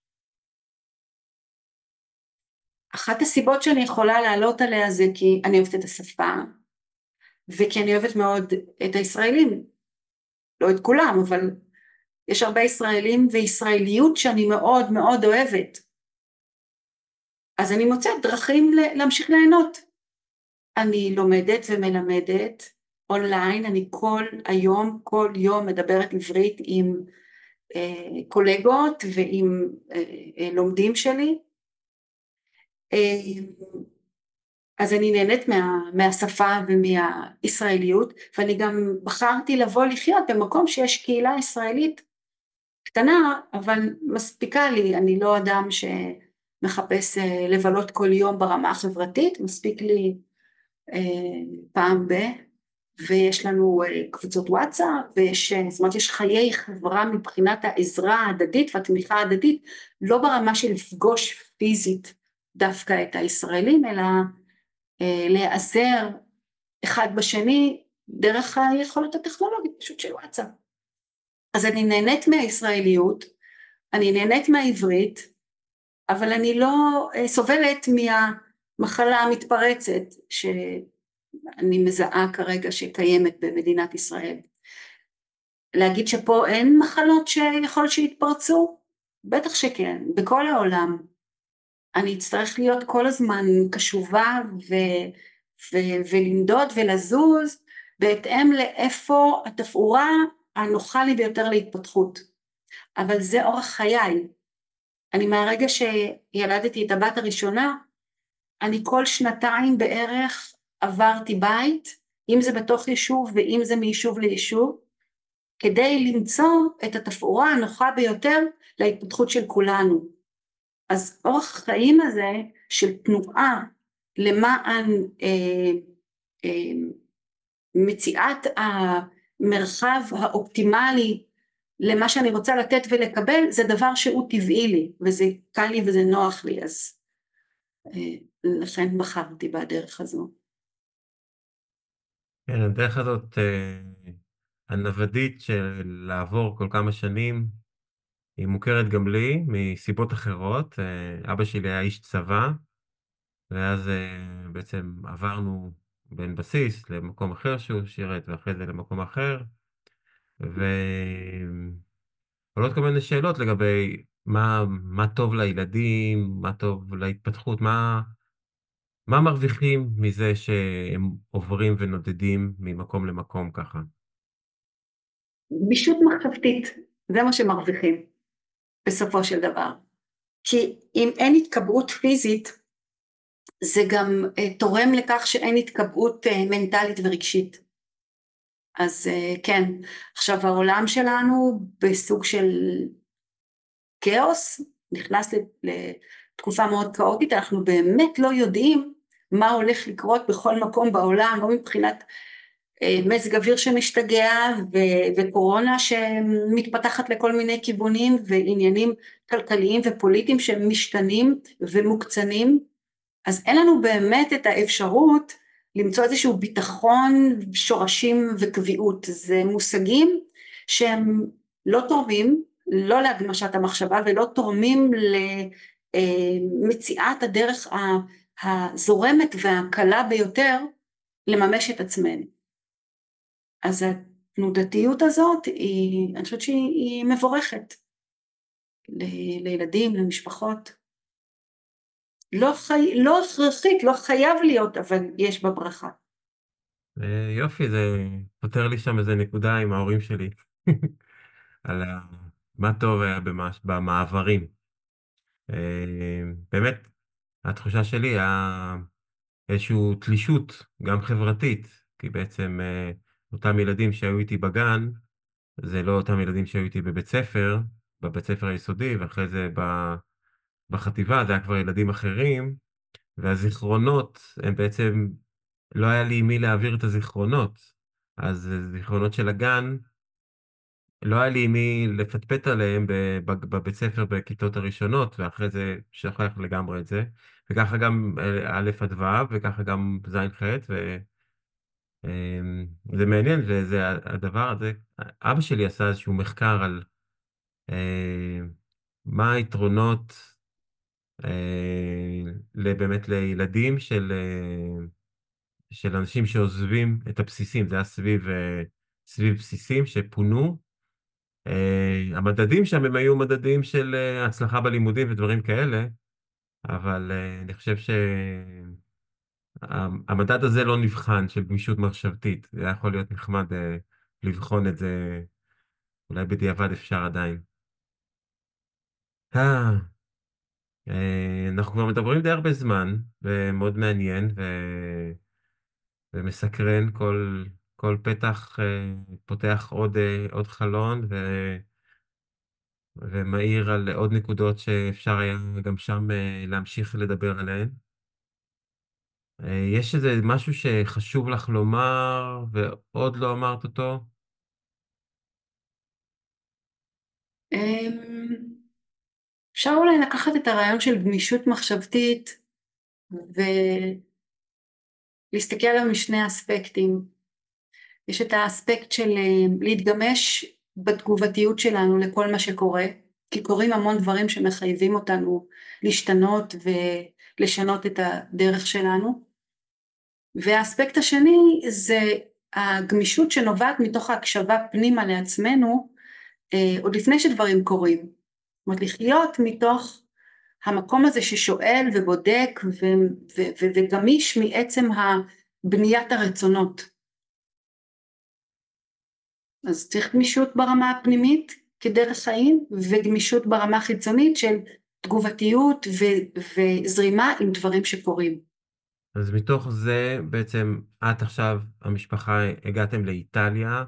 אחת הסיבות שאני יכולה לעלות עליה זה כי אני אוהבת את השפה, וכי אני אוהבת מאוד את הישראלים, לא את כולם, אבל יש הרבה ישראלים וישראליות שאני מאוד מאוד אוהבת, אז אני מוצאת דרכים להמשיך ליהנות. אני לומדת ומלמדת אונליין, אני כל יום מדברת עברית עם קולגות ועם לומדים שלי. אז אני נהנית מהשפה ומהישראליות, ואני גם בחרתי לבוא לחיות במקום שיש קהילה ישראלית קטנה, אבל מספיקה לי. אני לא אדם שמחפש לבלות כל יום ברמה החברתית, מספיק לי פעם ב... ויש לנו קבוצות וואטסאפ, זאת אומרת יש חיי חברה מבחינת העזרה ההדדית והתמיכה ההדדית, לא ברמה של לפגוש פיזית דווקא את הישראלים, אלא להיעזר אחד בשני דרך היכולת הטכנולוגית פשוט של וואטסאפ. אז אני נהנית מהישראליות, אני נהנית מהעברית, אבל אני לא סובלת מהמחלה המתפרצת שאני מזהה כרגע שקיימת במדינת ישראל. להגיד שפה אין מחלות שיכול שיתפרצו? בטח שכן, בכל העולם. אני אצטרך להיות כל הזמן קשובה ולנדוד ולזוז בהתאם לאיפה התפאורה הנוחה לי ביותר להתפתחות. אבל זה אורח חיי. אני מהרגע שילדתי את הבת הראשונה, אני כל שנתיים בערך עברתי בית, אם זה בתוך יישוב ואם זה מיישוב ליישוב, כדי למצוא את התפאורה הנוחה ביותר להתפתחות של כולנו. אז אורח החיים הזה של תנועה למען מציאת המרחב האופטימלי למה שאני רוצה לתת ולקבל, זה דבר שהוא טבעי לי, וזה קל לי וזה נוח לי, אז לכן בחרתי בדרך הזו. כן, הדרך הזאת, הנוודית של לעבור כל כמה שנים, היא מוכרת גם לי מסיבות אחרות. אבא שלי היה איש צבא, ואז בעצם עברנו בין בסיס למקום אחר שהוא שירת, ואחרי זה למקום אחר, ועולות כל מיני שאלות לגבי מה טוב לילדים, מה טוב להתפתחות, מה מרוויחים מזה שהם עוברים ונודדים ממקום למקום ככה. גמישות מחשבתית, זה מה שמרוויחים בסופו של דבר. כי אם אין התקבעות פיזית, זה גם תורם לכך שאין התקבעות מנטלית ורגשית. אז כן, עכשיו העולם שלנו בסוג של כאוס, נכנס לתקופה מאוד כאוטית, אנחנו באמת לא יודעים מה הולך לקרות בכל מקום בעולם, לא מבחינת מזג אוויר שמשתגע וקורונה שמתפתחת לכל מיני כיוונים ועניינים כלכליים ופוליטיים שמשתנים ומוקצנים, אז אין לנו באמת את האפשרות למצוא איזשהו ביטחון, שורשים וקביעות. זה מושגים שהם לא תורמים, לא להגמשת המחשבה ולא תורמים למציאת הדרך הזורמת והקלה ביותר לממש את עצמנו. אז התנודתיות הזאת היא, אני חושבת שהיא מבורכת לילדים, למשפחות. לא הכרחית, לא חייב להיות, אבל יש בה ברכה. יופי, זה פותר לי שם איזה נקודה עם ההורים שלי, על מה טוב היה במעברים. באמת, התחושה שלי היה איזושהי תלישות, גם חברתית, כי בעצם אותם ילדים שהיו איתי בגן, זה לא אותם ילדים שהיו איתי בבית ספר, בבית ספר היסודי, ואחרי זה בחטיבה, זה היה כבר ילדים אחרים, והזיכרונות הם בעצם, לא היה לי עם מי להעביר את הזיכרונות. אז זיכרונות של הגן, לא היה לי עם מי לפטפט עליהם בבית ספר בכיתות הראשונות, ואחרי זה שכח לגמרי את זה. וככה גם א' עד ו', וככה גם ז' ח', וזה מעניין, וזה הדבר הזה, אבא שלי עשה איזשהו מחקר על אה, מה היתרונות באמת לילדים של אנשים שעוזבים את הבסיסים, זה היה סביב בסיסים שפונו. המדדים שם הם היו מדדים של הצלחה בלימודים ודברים כאלה, אבל אני חושב שהמדד הזה לא נבחן, של גמישות מחשבתית. זה היה יכול להיות נחמד לבחון את זה, אולי בדיעבד אפשר עדיין. אה, אנחנו כבר מדברים די הרבה זמן, ומאוד מעניין ומסקרן, כל פתח פותח עוד חלון ומאיר על עוד נקודות שאפשר היה גם שם להמשיך לדבר עליהן. יש איזה משהו שחשוב לך לומר ועוד לא אמרת אותו? אפשר אולי לקחת את הרעיון של גמישות מחשבתית ולהסתכל עליו משני אספקטים. יש את האספקט של להתגמש בתגובתיות שלנו לכל מה שקורה, כי קורים המון דברים שמחייבים אותנו להשתנות ולשנות את הדרך שלנו. והאספקט השני זה הגמישות שנובעת מתוך ההקשבה פנימה לעצמנו, עוד לפני שדברים קורים. זאת אומרת, לחיות מתוך המקום הזה ששואל ובודק וגמיש מעצם בניית הרצונות. אז צריך גמישות ברמה הפנימית כדרך חיים, וגמישות ברמה החיצונית של תגובתיות וזרימה עם דברים שקורים. אז מתוך זה בעצם את עכשיו, המשפחה, הגעתם לאיטליה.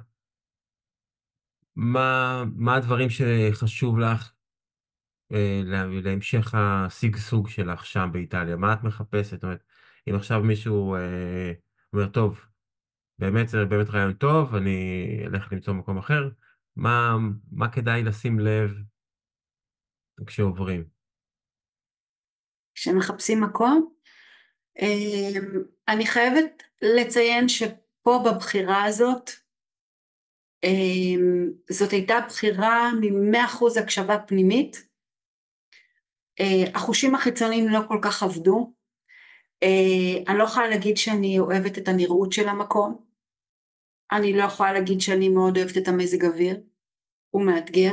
מה הדברים שחשוב לך להמשך השגשוג שלך שם באיטליה? מה את מחפשת? זאת אומרת, אם עכשיו מישהו אומר, טוב, באמת זה באמת רעיון טוב, אני אלך למצוא מקום אחר, מה כדאי לשים לב כשעוברים? כשמחפשים מקום, אני חייבת לציין שפה בבחירה הזאת, זאת הייתה בחירה מ100% הקשבה פנימית. החושים החיצוניים לא כל כך עבדו. אני לא יכולה להגיד שאני אוהבת את הנראות של המקום. אני לא יכולה להגיד שאני מאוד אוהבת את המזג אוויר. הוא מאתגר.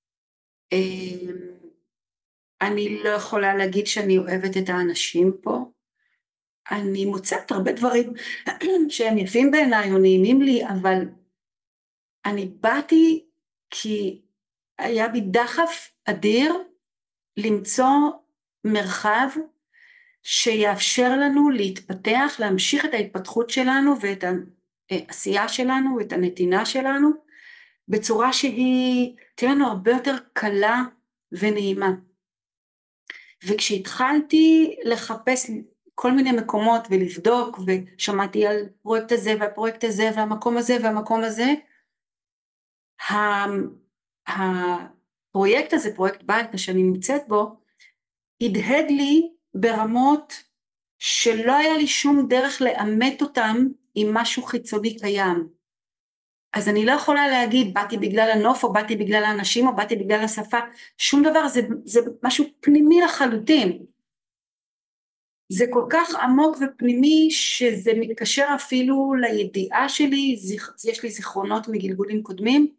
אני לא יכולה להגיד שאני אוהבת את האנשים פה. אני מוצאת הרבה דברים שהם יפים בעיניי או נעימים לי, אבל אני באתי כי היה בי דחף אדיר למצוא מרחב שיאפשר לנו להתפתח, להמשיך את ההתפתחות שלנו ואת העשייה שלנו ואת הנתינה שלנו בצורה שהיא תהיה לנו הרבה יותר קלה ונעימה. וכשהתחלתי לחפש כל מיני מקומות ולבדוק, ושמעתי על פרויקט הזה והפרויקט הזה והמקום הזה והמקום הזה, הפרויקט הזה, פרויקט בית שאני נמצאת בו, הדהד לי ברמות שלא היה לי שום דרך לאמת אותם עם משהו חיצוני קיים. אז אני לא יכולה להגיד באתי בגלל הנוף או באתי בגלל האנשים או באתי בגלל השפה, שום דבר, זה משהו פנימי לחלוטין. זה כל כך עמוק ופנימי שזה מתקשר אפילו לידיעה שלי, יש לי זיכרונות מגלגולים קודמים,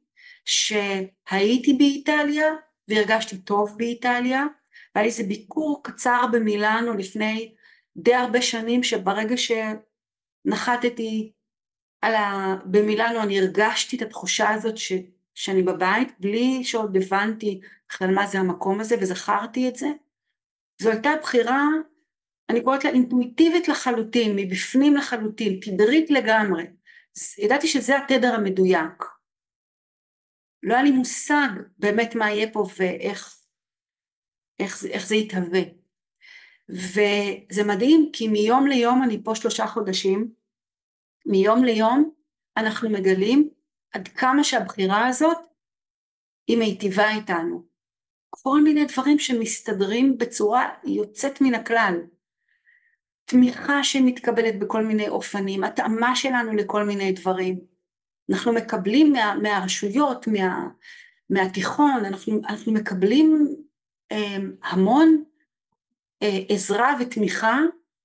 שהייתי באיטליה והרגשתי טוב באיטליה, והיה לי איזה ביקור קצר במילאנו לפני די הרבה שנים, שברגע שנחתתי במילאנו אני הרגשתי את התחושה הזאת שאני בבית, בלי שעוד הבנתי בכלל מה זה המקום הזה וזכרתי את זה. זו הייתה בחירה, אני קוראת לה אינטואיטיבית לחלוטין, מבפנים לחלוטין, תדרית לגמרי. ידעתי שזה התדר המדויק. לא היה לי מושג באמת מה יהיה פה ואיך זה יתהווה. וזה מדהים כי מיום ליום, אני פה 3 חודשים, מיום ליום אנחנו מגלים עד כמה שהבחירה הזאת היא מיטיבה איתנו. כל מיני דברים שמסתדרים בצורה יוצאת מן הכלל. תמיכה שמתקבלת בכל מיני אופנים, התאמה שלנו לכל מיני דברים. אנחנו מקבלים מהרשויות, מהתיכון, אנחנו מקבלים המון עזרה ותמיכה,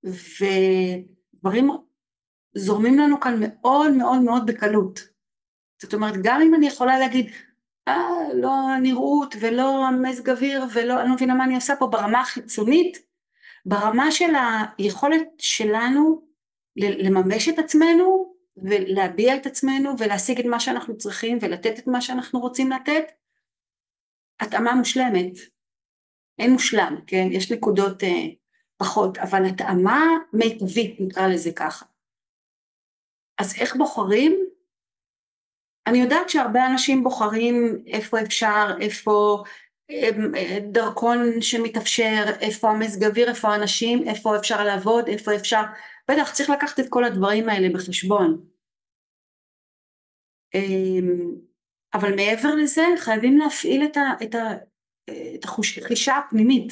ודברים זורמים לנו כאן מאוד מאוד מאוד בקלות. זאת אומרת, גם אם אני יכולה להגיד, לא הנראות ולא המזג אוויר ולא, אני לא מבינה מה אני עושה פה ברמה החיצונית, ברמה של היכולת שלנו לממש את עצמנו ולהביע את עצמנו ולהשיג את מה שאנחנו צריכים ולתת את מה שאנחנו רוצים לתת, התאמה מושלמת. אין מושלם, כן? יש נקודות פחות, אבל התאמה מיטבית, נקרא לזה ככה. אז איך בוחרים? אני יודעת שהרבה אנשים בוחרים איפה אפשר, איפה דרכון שמתאפשר, איפה המזג אוויר, איפה האנשים, איפה אפשר לעבוד, איפה אפשר, בטח צריך לקחת את כל הדברים האלה בחשבון. אבל מעבר לזה חייבים להפעיל את החושייה הפנימית.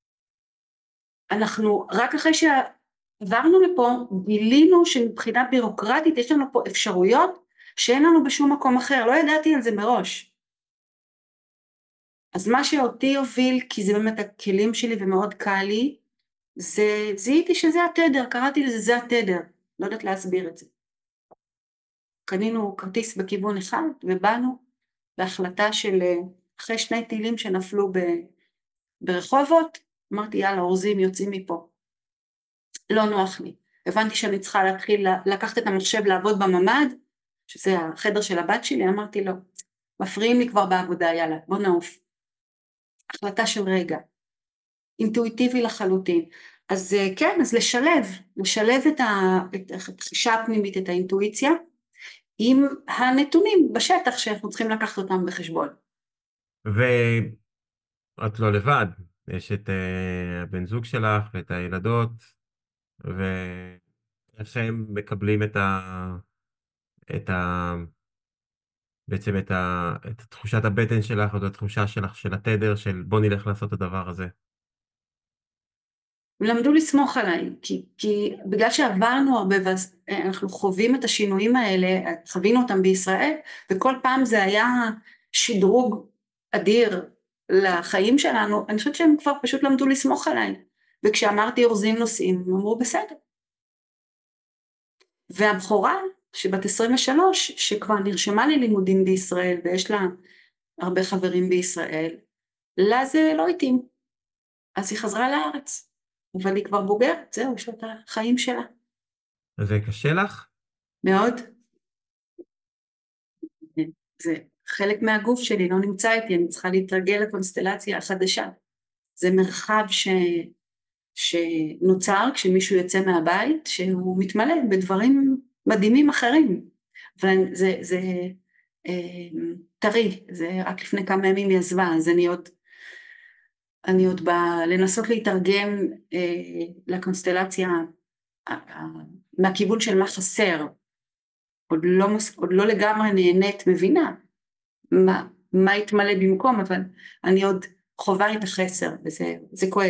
אנחנו רק אחרי שעברנו לפה גילינו שמבחינה בירוקרטית יש לנו פה אפשרויות שאין לנו בשום מקום אחר, לא ידעתי על זה מראש. אז מה שאותי הוביל, כי זה באמת הכלים שלי ומאוד קל לי, זה זיהיתי שזה התדר, קראתי לזה זה התדר, לא יודעת להסביר את זה. קנינו כרטיס בכיוון אחד ובאנו בהחלטה של אחרי 2 טילים שנפלו ברחובות, אמרתי יאללה אורזים יוצאים מפה, לא נוח לי, הבנתי שאני צריכה להתחיל לקחת את המחשב לעבוד בממד, שזה החדר של הבת שלי, אמרתי לו מפריעים לי כבר בעבודה, יאללה בוא נעוף. החלטה של רגע, אינטואיטיבי לחלוטין. אז כן, אז לשלב את התחישה הפנימית, את האינטואיציה, עם הנתונים בשטח שאנחנו צריכים לקחת אותם בחשבון. ואת לא לבד, יש את הבן זוג שלך ואת הילדות, ואיך הם מקבלים את ה... בעצם את תחושת הבטן שלך, או את התחושה שלך של התדר, של בוא נלך לעשות את הדבר הזה. הם למדו לסמוך עליי, כי בגלל שעברנו הרבה ואנחנו חווים את השינויים האלה, חווינו אותם בישראל, וכל פעם זה היה שדרוג אדיר לחיים שלנו, אני חושבת שהם כבר פשוט למדו לסמוך עליי, וכשאמרתי אורזים נוסעים, הם אמרו בסדר. והבחורה שבת 23, שכבר נרשמה ללימודים בישראל, ויש לה הרבה חברים בישראל, לה זה לא התאים, אז היא חזרה לארץ. אבל היא כבר בוגרת, זהו, יש לה את החיים שלה. זה קשה לך? מאוד. זה חלק מהגוף שלי, לא נמצא איתי, אני צריכה להתרגל לקונסטלציה החדשה. זה מרחב שנוצר כשמישהו יוצא מהבית, שהוא מתמלא בדברים מדהימים אחרים. אבל זה טרי, זה רק לפני כמה ימים היא עזבה, אז אני עוד באה לנסות להתרגם לקונסטלציה מהכיוון של מה חסר, עוד לא לגמרי נהנית, מבינה מה יתמלא במקום, אבל אני עוד חובה את החסר, וזה כואב.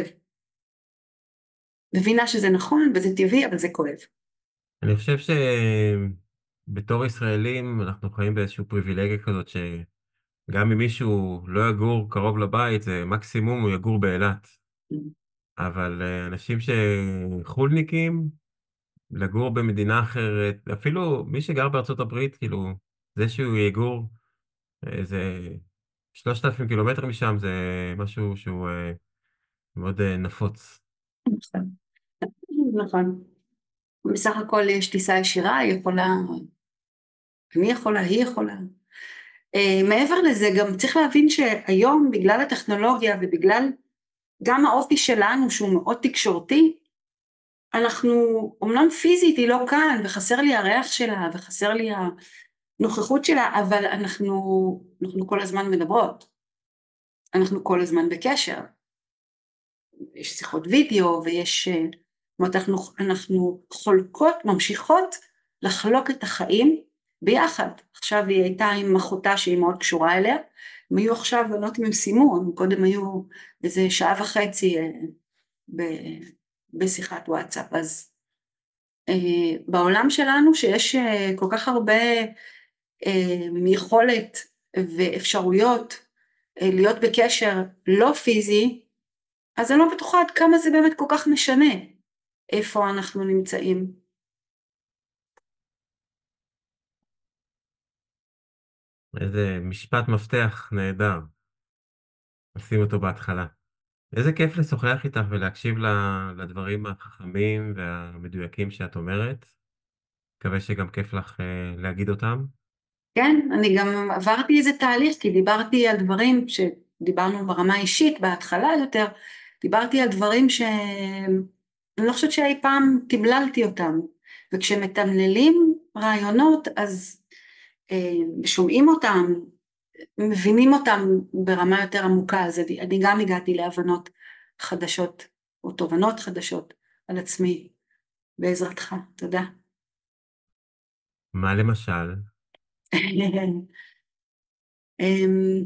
מבינה שזה נכון וזה טבעי, אבל זה כואב. אני חושב שבתור ישראלים אנחנו חיים באיזשהו פריבילגיה כזאת, שגם אם מישהו לא יגור קרוב לבית, זה מקסימום הוא יגור באילת. אבל אנשים שחולניקים, לגור במדינה אחרת, אפילו מי שגר בארצות הברית, כאילו, זה שהוא יגור איזה 3,000 קילומטר משם, זה משהו שהוא מאוד נפוץ. נכון. נכון. בסך הכל יש טיסה ישירה, היא יכולה, אני יכולה, היא יכולה. מעבר לזה גם צריך להבין שהיום בגלל הטכנולוגיה ובגלל גם האופי שלנו שהוא מאוד תקשורתי, אנחנו, אומנם פיזית היא לא כאן וחסר לי הריח שלה וחסר לי הנוכחות שלה, אבל אנחנו כל הזמן מדברות, אנחנו כל הזמן בקשר, יש שיחות וידאו ויש, זאת אומרת אנחנו חולקות, ממשיכות לחלוק את החיים ביחד. עכשיו היא הייתה עם אחותה שהיא מאוד קשורה אליה, הם היו עכשיו, אני לא יודעת אם הם סיימו, הם קודם היו איזה 1.5 שעה בשיחת וואטסאפ. אז בעולם שלנו שיש כל כך הרבה יכולת ואפשרויות להיות בקשר לא פיזי, אז אני לא בטוחה עד כמה זה באמת כל כך משנה איפה אנחנו נמצאים. איזה משפט מפתח נהדר, נשים אותו בהתחלה. איזה כיף לשוחח איתך ולהקשיב לדברים החכמים והמדויקים שאת אומרת. מקווה שגם כיף לך להגיד אותם. כן, אני גם עברתי איזה תהליך, כי דיברתי על דברים דיברנו ברמה האישית בהתחלה יותר, דיברתי על דברים שאני לא חושבת שאי פעם תמללתי אותם, וכשמתמללים רעיונות אז שומעים אותם, מבינים אותם ברמה יותר עמוקה, אז אני גם הגעתי להבנות חדשות, או תובנות חדשות על עצמי, בעזרתך, תודה. מה למשל? אמ,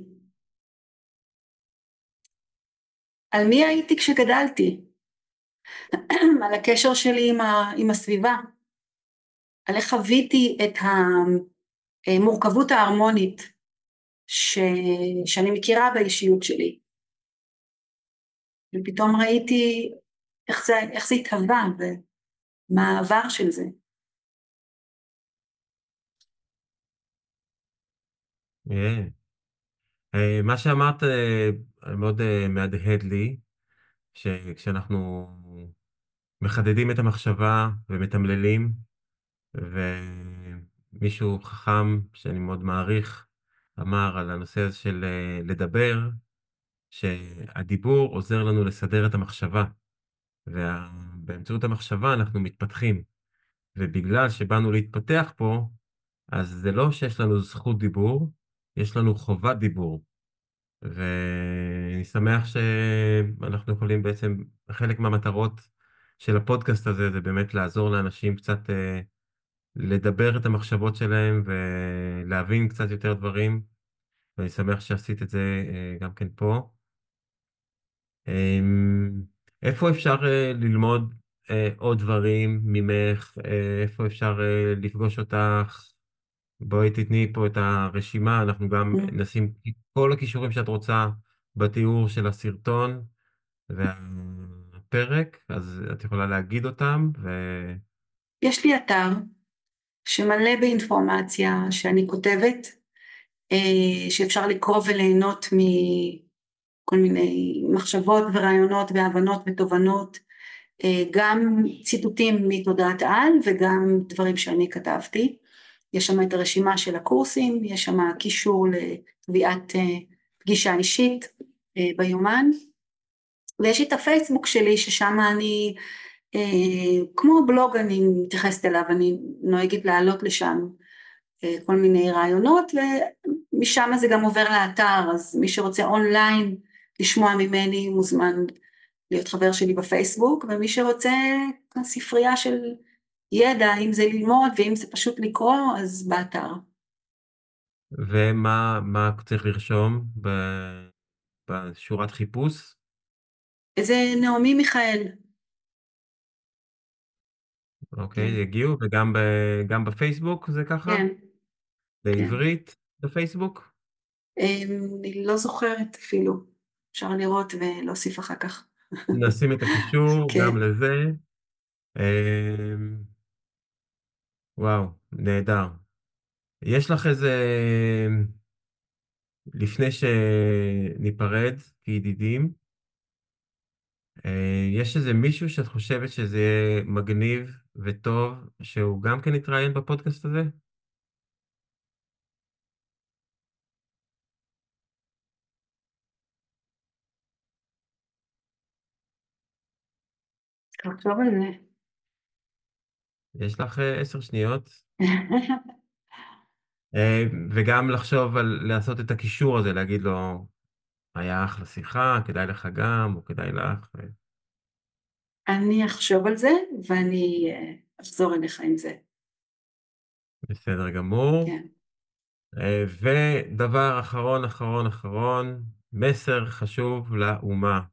על מי הייתי כשגדלתי, על הקשר שלי עם הסביבה, על איך חוויתי את המורכבות ההרמונית שאני מכירה באישיות שלי, ופתאום ראיתי איך זה התהווה ומה העבר של זה. אה. מה שאמרת מאוד מהדהד לי, שכשאנחנו מחדדים את המחשבה ומתמללים, ומישהו חכם שאני מאוד מעריך אמר על הנושא הזה של לדבר, שהדיבור עוזר לנו לסדר את המחשבה, ובאמצעות המחשבה אנחנו מתפתחים, ובגלל שבאנו להתפתח פה, אז זה לא שיש לנו זכות דיבור, יש לנו חובת דיבור. ואני שמח שאנחנו יכולים בעצם, חלק מהמטרות של הפודקאסט הזה זה באמת לעזור לאנשים קצת לדבר את המחשבות שלהם ולהבין קצת יותר דברים, ואני שמח שעשית את זה גם כן פה. אמ, איפה אפשר ללמוד עוד דברים ממך? איפה אפשר לפגוש אותך? בואי תתני פה את הרשימה, אנחנו גם נשים את כל הכישורים שאת רוצה בתיאור של הסרטון והפרק, אז את יכולה להגיד אותם. יש לי אתר שמלא באינפורמציה שאני כותבת, שאפשר לקרוא וליהנות מכל מיני מחשבות ורעיונות והבנות ותובנות, גם ציטוטים מתודעת על וגם דברים שאני כתבתי. יש שם את הרשימה של הקורסים, יש שם קישור לקביעת פגישה אישית ביומן, ויש את הפייסבוק שלי ששם אני, כמו בלוג אני מתייחסת אליו, אני נוהגת לעלות לשם כל מיני רעיונות, ומשם זה גם עובר לאתר, אז מי שרוצה אונליין לשמוע ממני מוזמן להיות חבר שלי בפייסבוק, ומי שרוצה ספרייה של ידע, אם זה ללמוד ואם זה פשוט לקרוא, אז באתר. ומה צריך לרשום בשורת חיפוש? זה נעמי מיכאל. אוקיי, כן, יגיעו, גם בפייסבוק זה ככה? כן, כן. בעברית בפייסבוק? אני לא זוכרת אפילו, אפשר לראות ולהוסיף אחר כך. נשים את הקישור כן. גם לזה. וואו, נהדר. יש לך איזה, לפני שניפרד כידידים, יש איזה מישהו שאת חושבת שזה יהיה מגניב וטוב, שהוא גם כן יתראיין בפודקאסט הזה? תחשוב על זה. יש לך 10 שניות, וגם לחשוב על לעשות את הקישור הזה, להגיד לו, היה אחלה שיחה, כדאי לך גם, או כדאי לך. אני אחשוב על זה ואני אחזור אליך עם זה. בסדר גמור. כן. ודבר אחרון, אחרון, אחרון, מסר חשוב לאומה.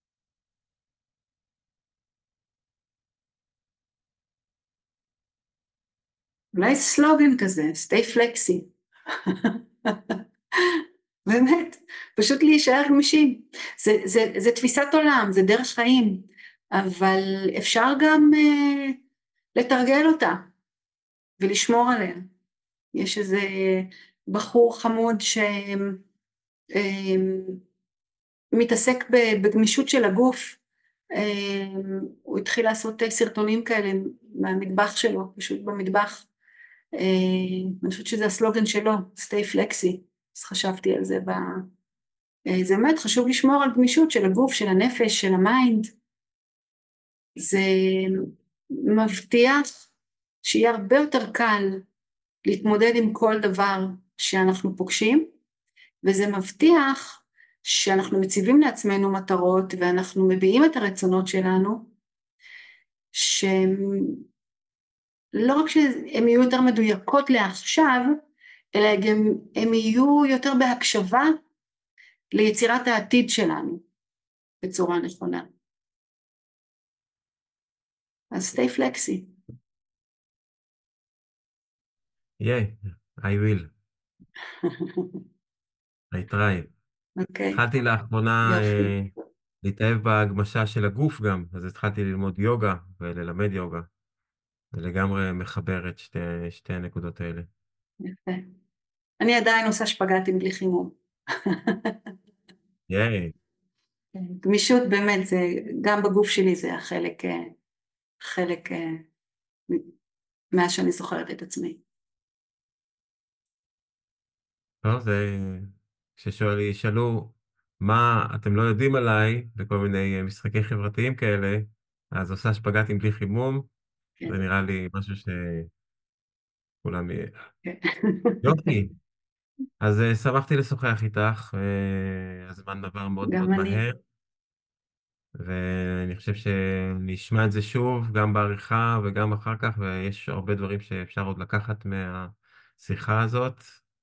אולי סלוגן כזה, stay flexi. באמת, פשוט להישאר גמישים. זה תפיסת עולם, זה דרך חיים, אבל אפשר גם לתרגל אותה ולשמור עליה. יש איזה בחור חמוד שמתעסק בגמישות של הגוף, הוא התחיל לעשות סרטונים כאלה מהמטבח שלו, פשוט במטבח. אני חושבת שזה הסלוגן שלו, stay flexi, אז חשבתי על זה זה באמת חשוב לשמור על גמישות של הגוף, של הנפש, של המיינד. זה מבטיח שיהיה הרבה יותר קל להתמודד עם כל דבר שאנחנו פוגשים, וזה מבטיח שאנחנו מציבים לעצמנו מטרות ואנחנו מביעים את הרצונות שלנו, שהם לא רק שהן יהיו יותר מדויקות לעכשיו, אלא גם הם יהיו יותר בהקשבה ליצירת העתיד שלנו בצורה נכונה. אז stay flexy. Yeah, I will. I try. אוקיי, התחלתי לאחרונה יופי. להתאהב בהגמשה של הגוף גם, אז התחלתי ללמוד יוגה וללמד יוגה. זה לגמרי מחבר את שתי הנקודות האלה. יפה. אני עדיין עושה שפגטים בלי חימום. ייי. גמישות באמת, זה, גם בגוף שלי זה חלק מאז שאני זוכרת את עצמי. טוב, זה... ישאלו מה אתם לא יודעים עליי, בכל מיני משחקי חברתיים כאלה, אז עושה שפגטים בלי חימום, כן, זה נראה לי משהו שכולם... כן. יופי. אז שמחתי לשוחח איתך, הזמן עבר מאוד גם מאוד אני. מהר, ואני חושב שנשמע את זה שוב, גם בעריכה וגם אחר כך, ויש הרבה דברים שאפשר עוד לקחת מהשיחה הזאת.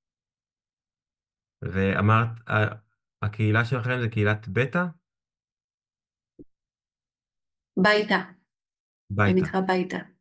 ואמרת, הקהילה שלכם זה קהילת בטא? ביתה, זה ביתה. נקרא ביתה.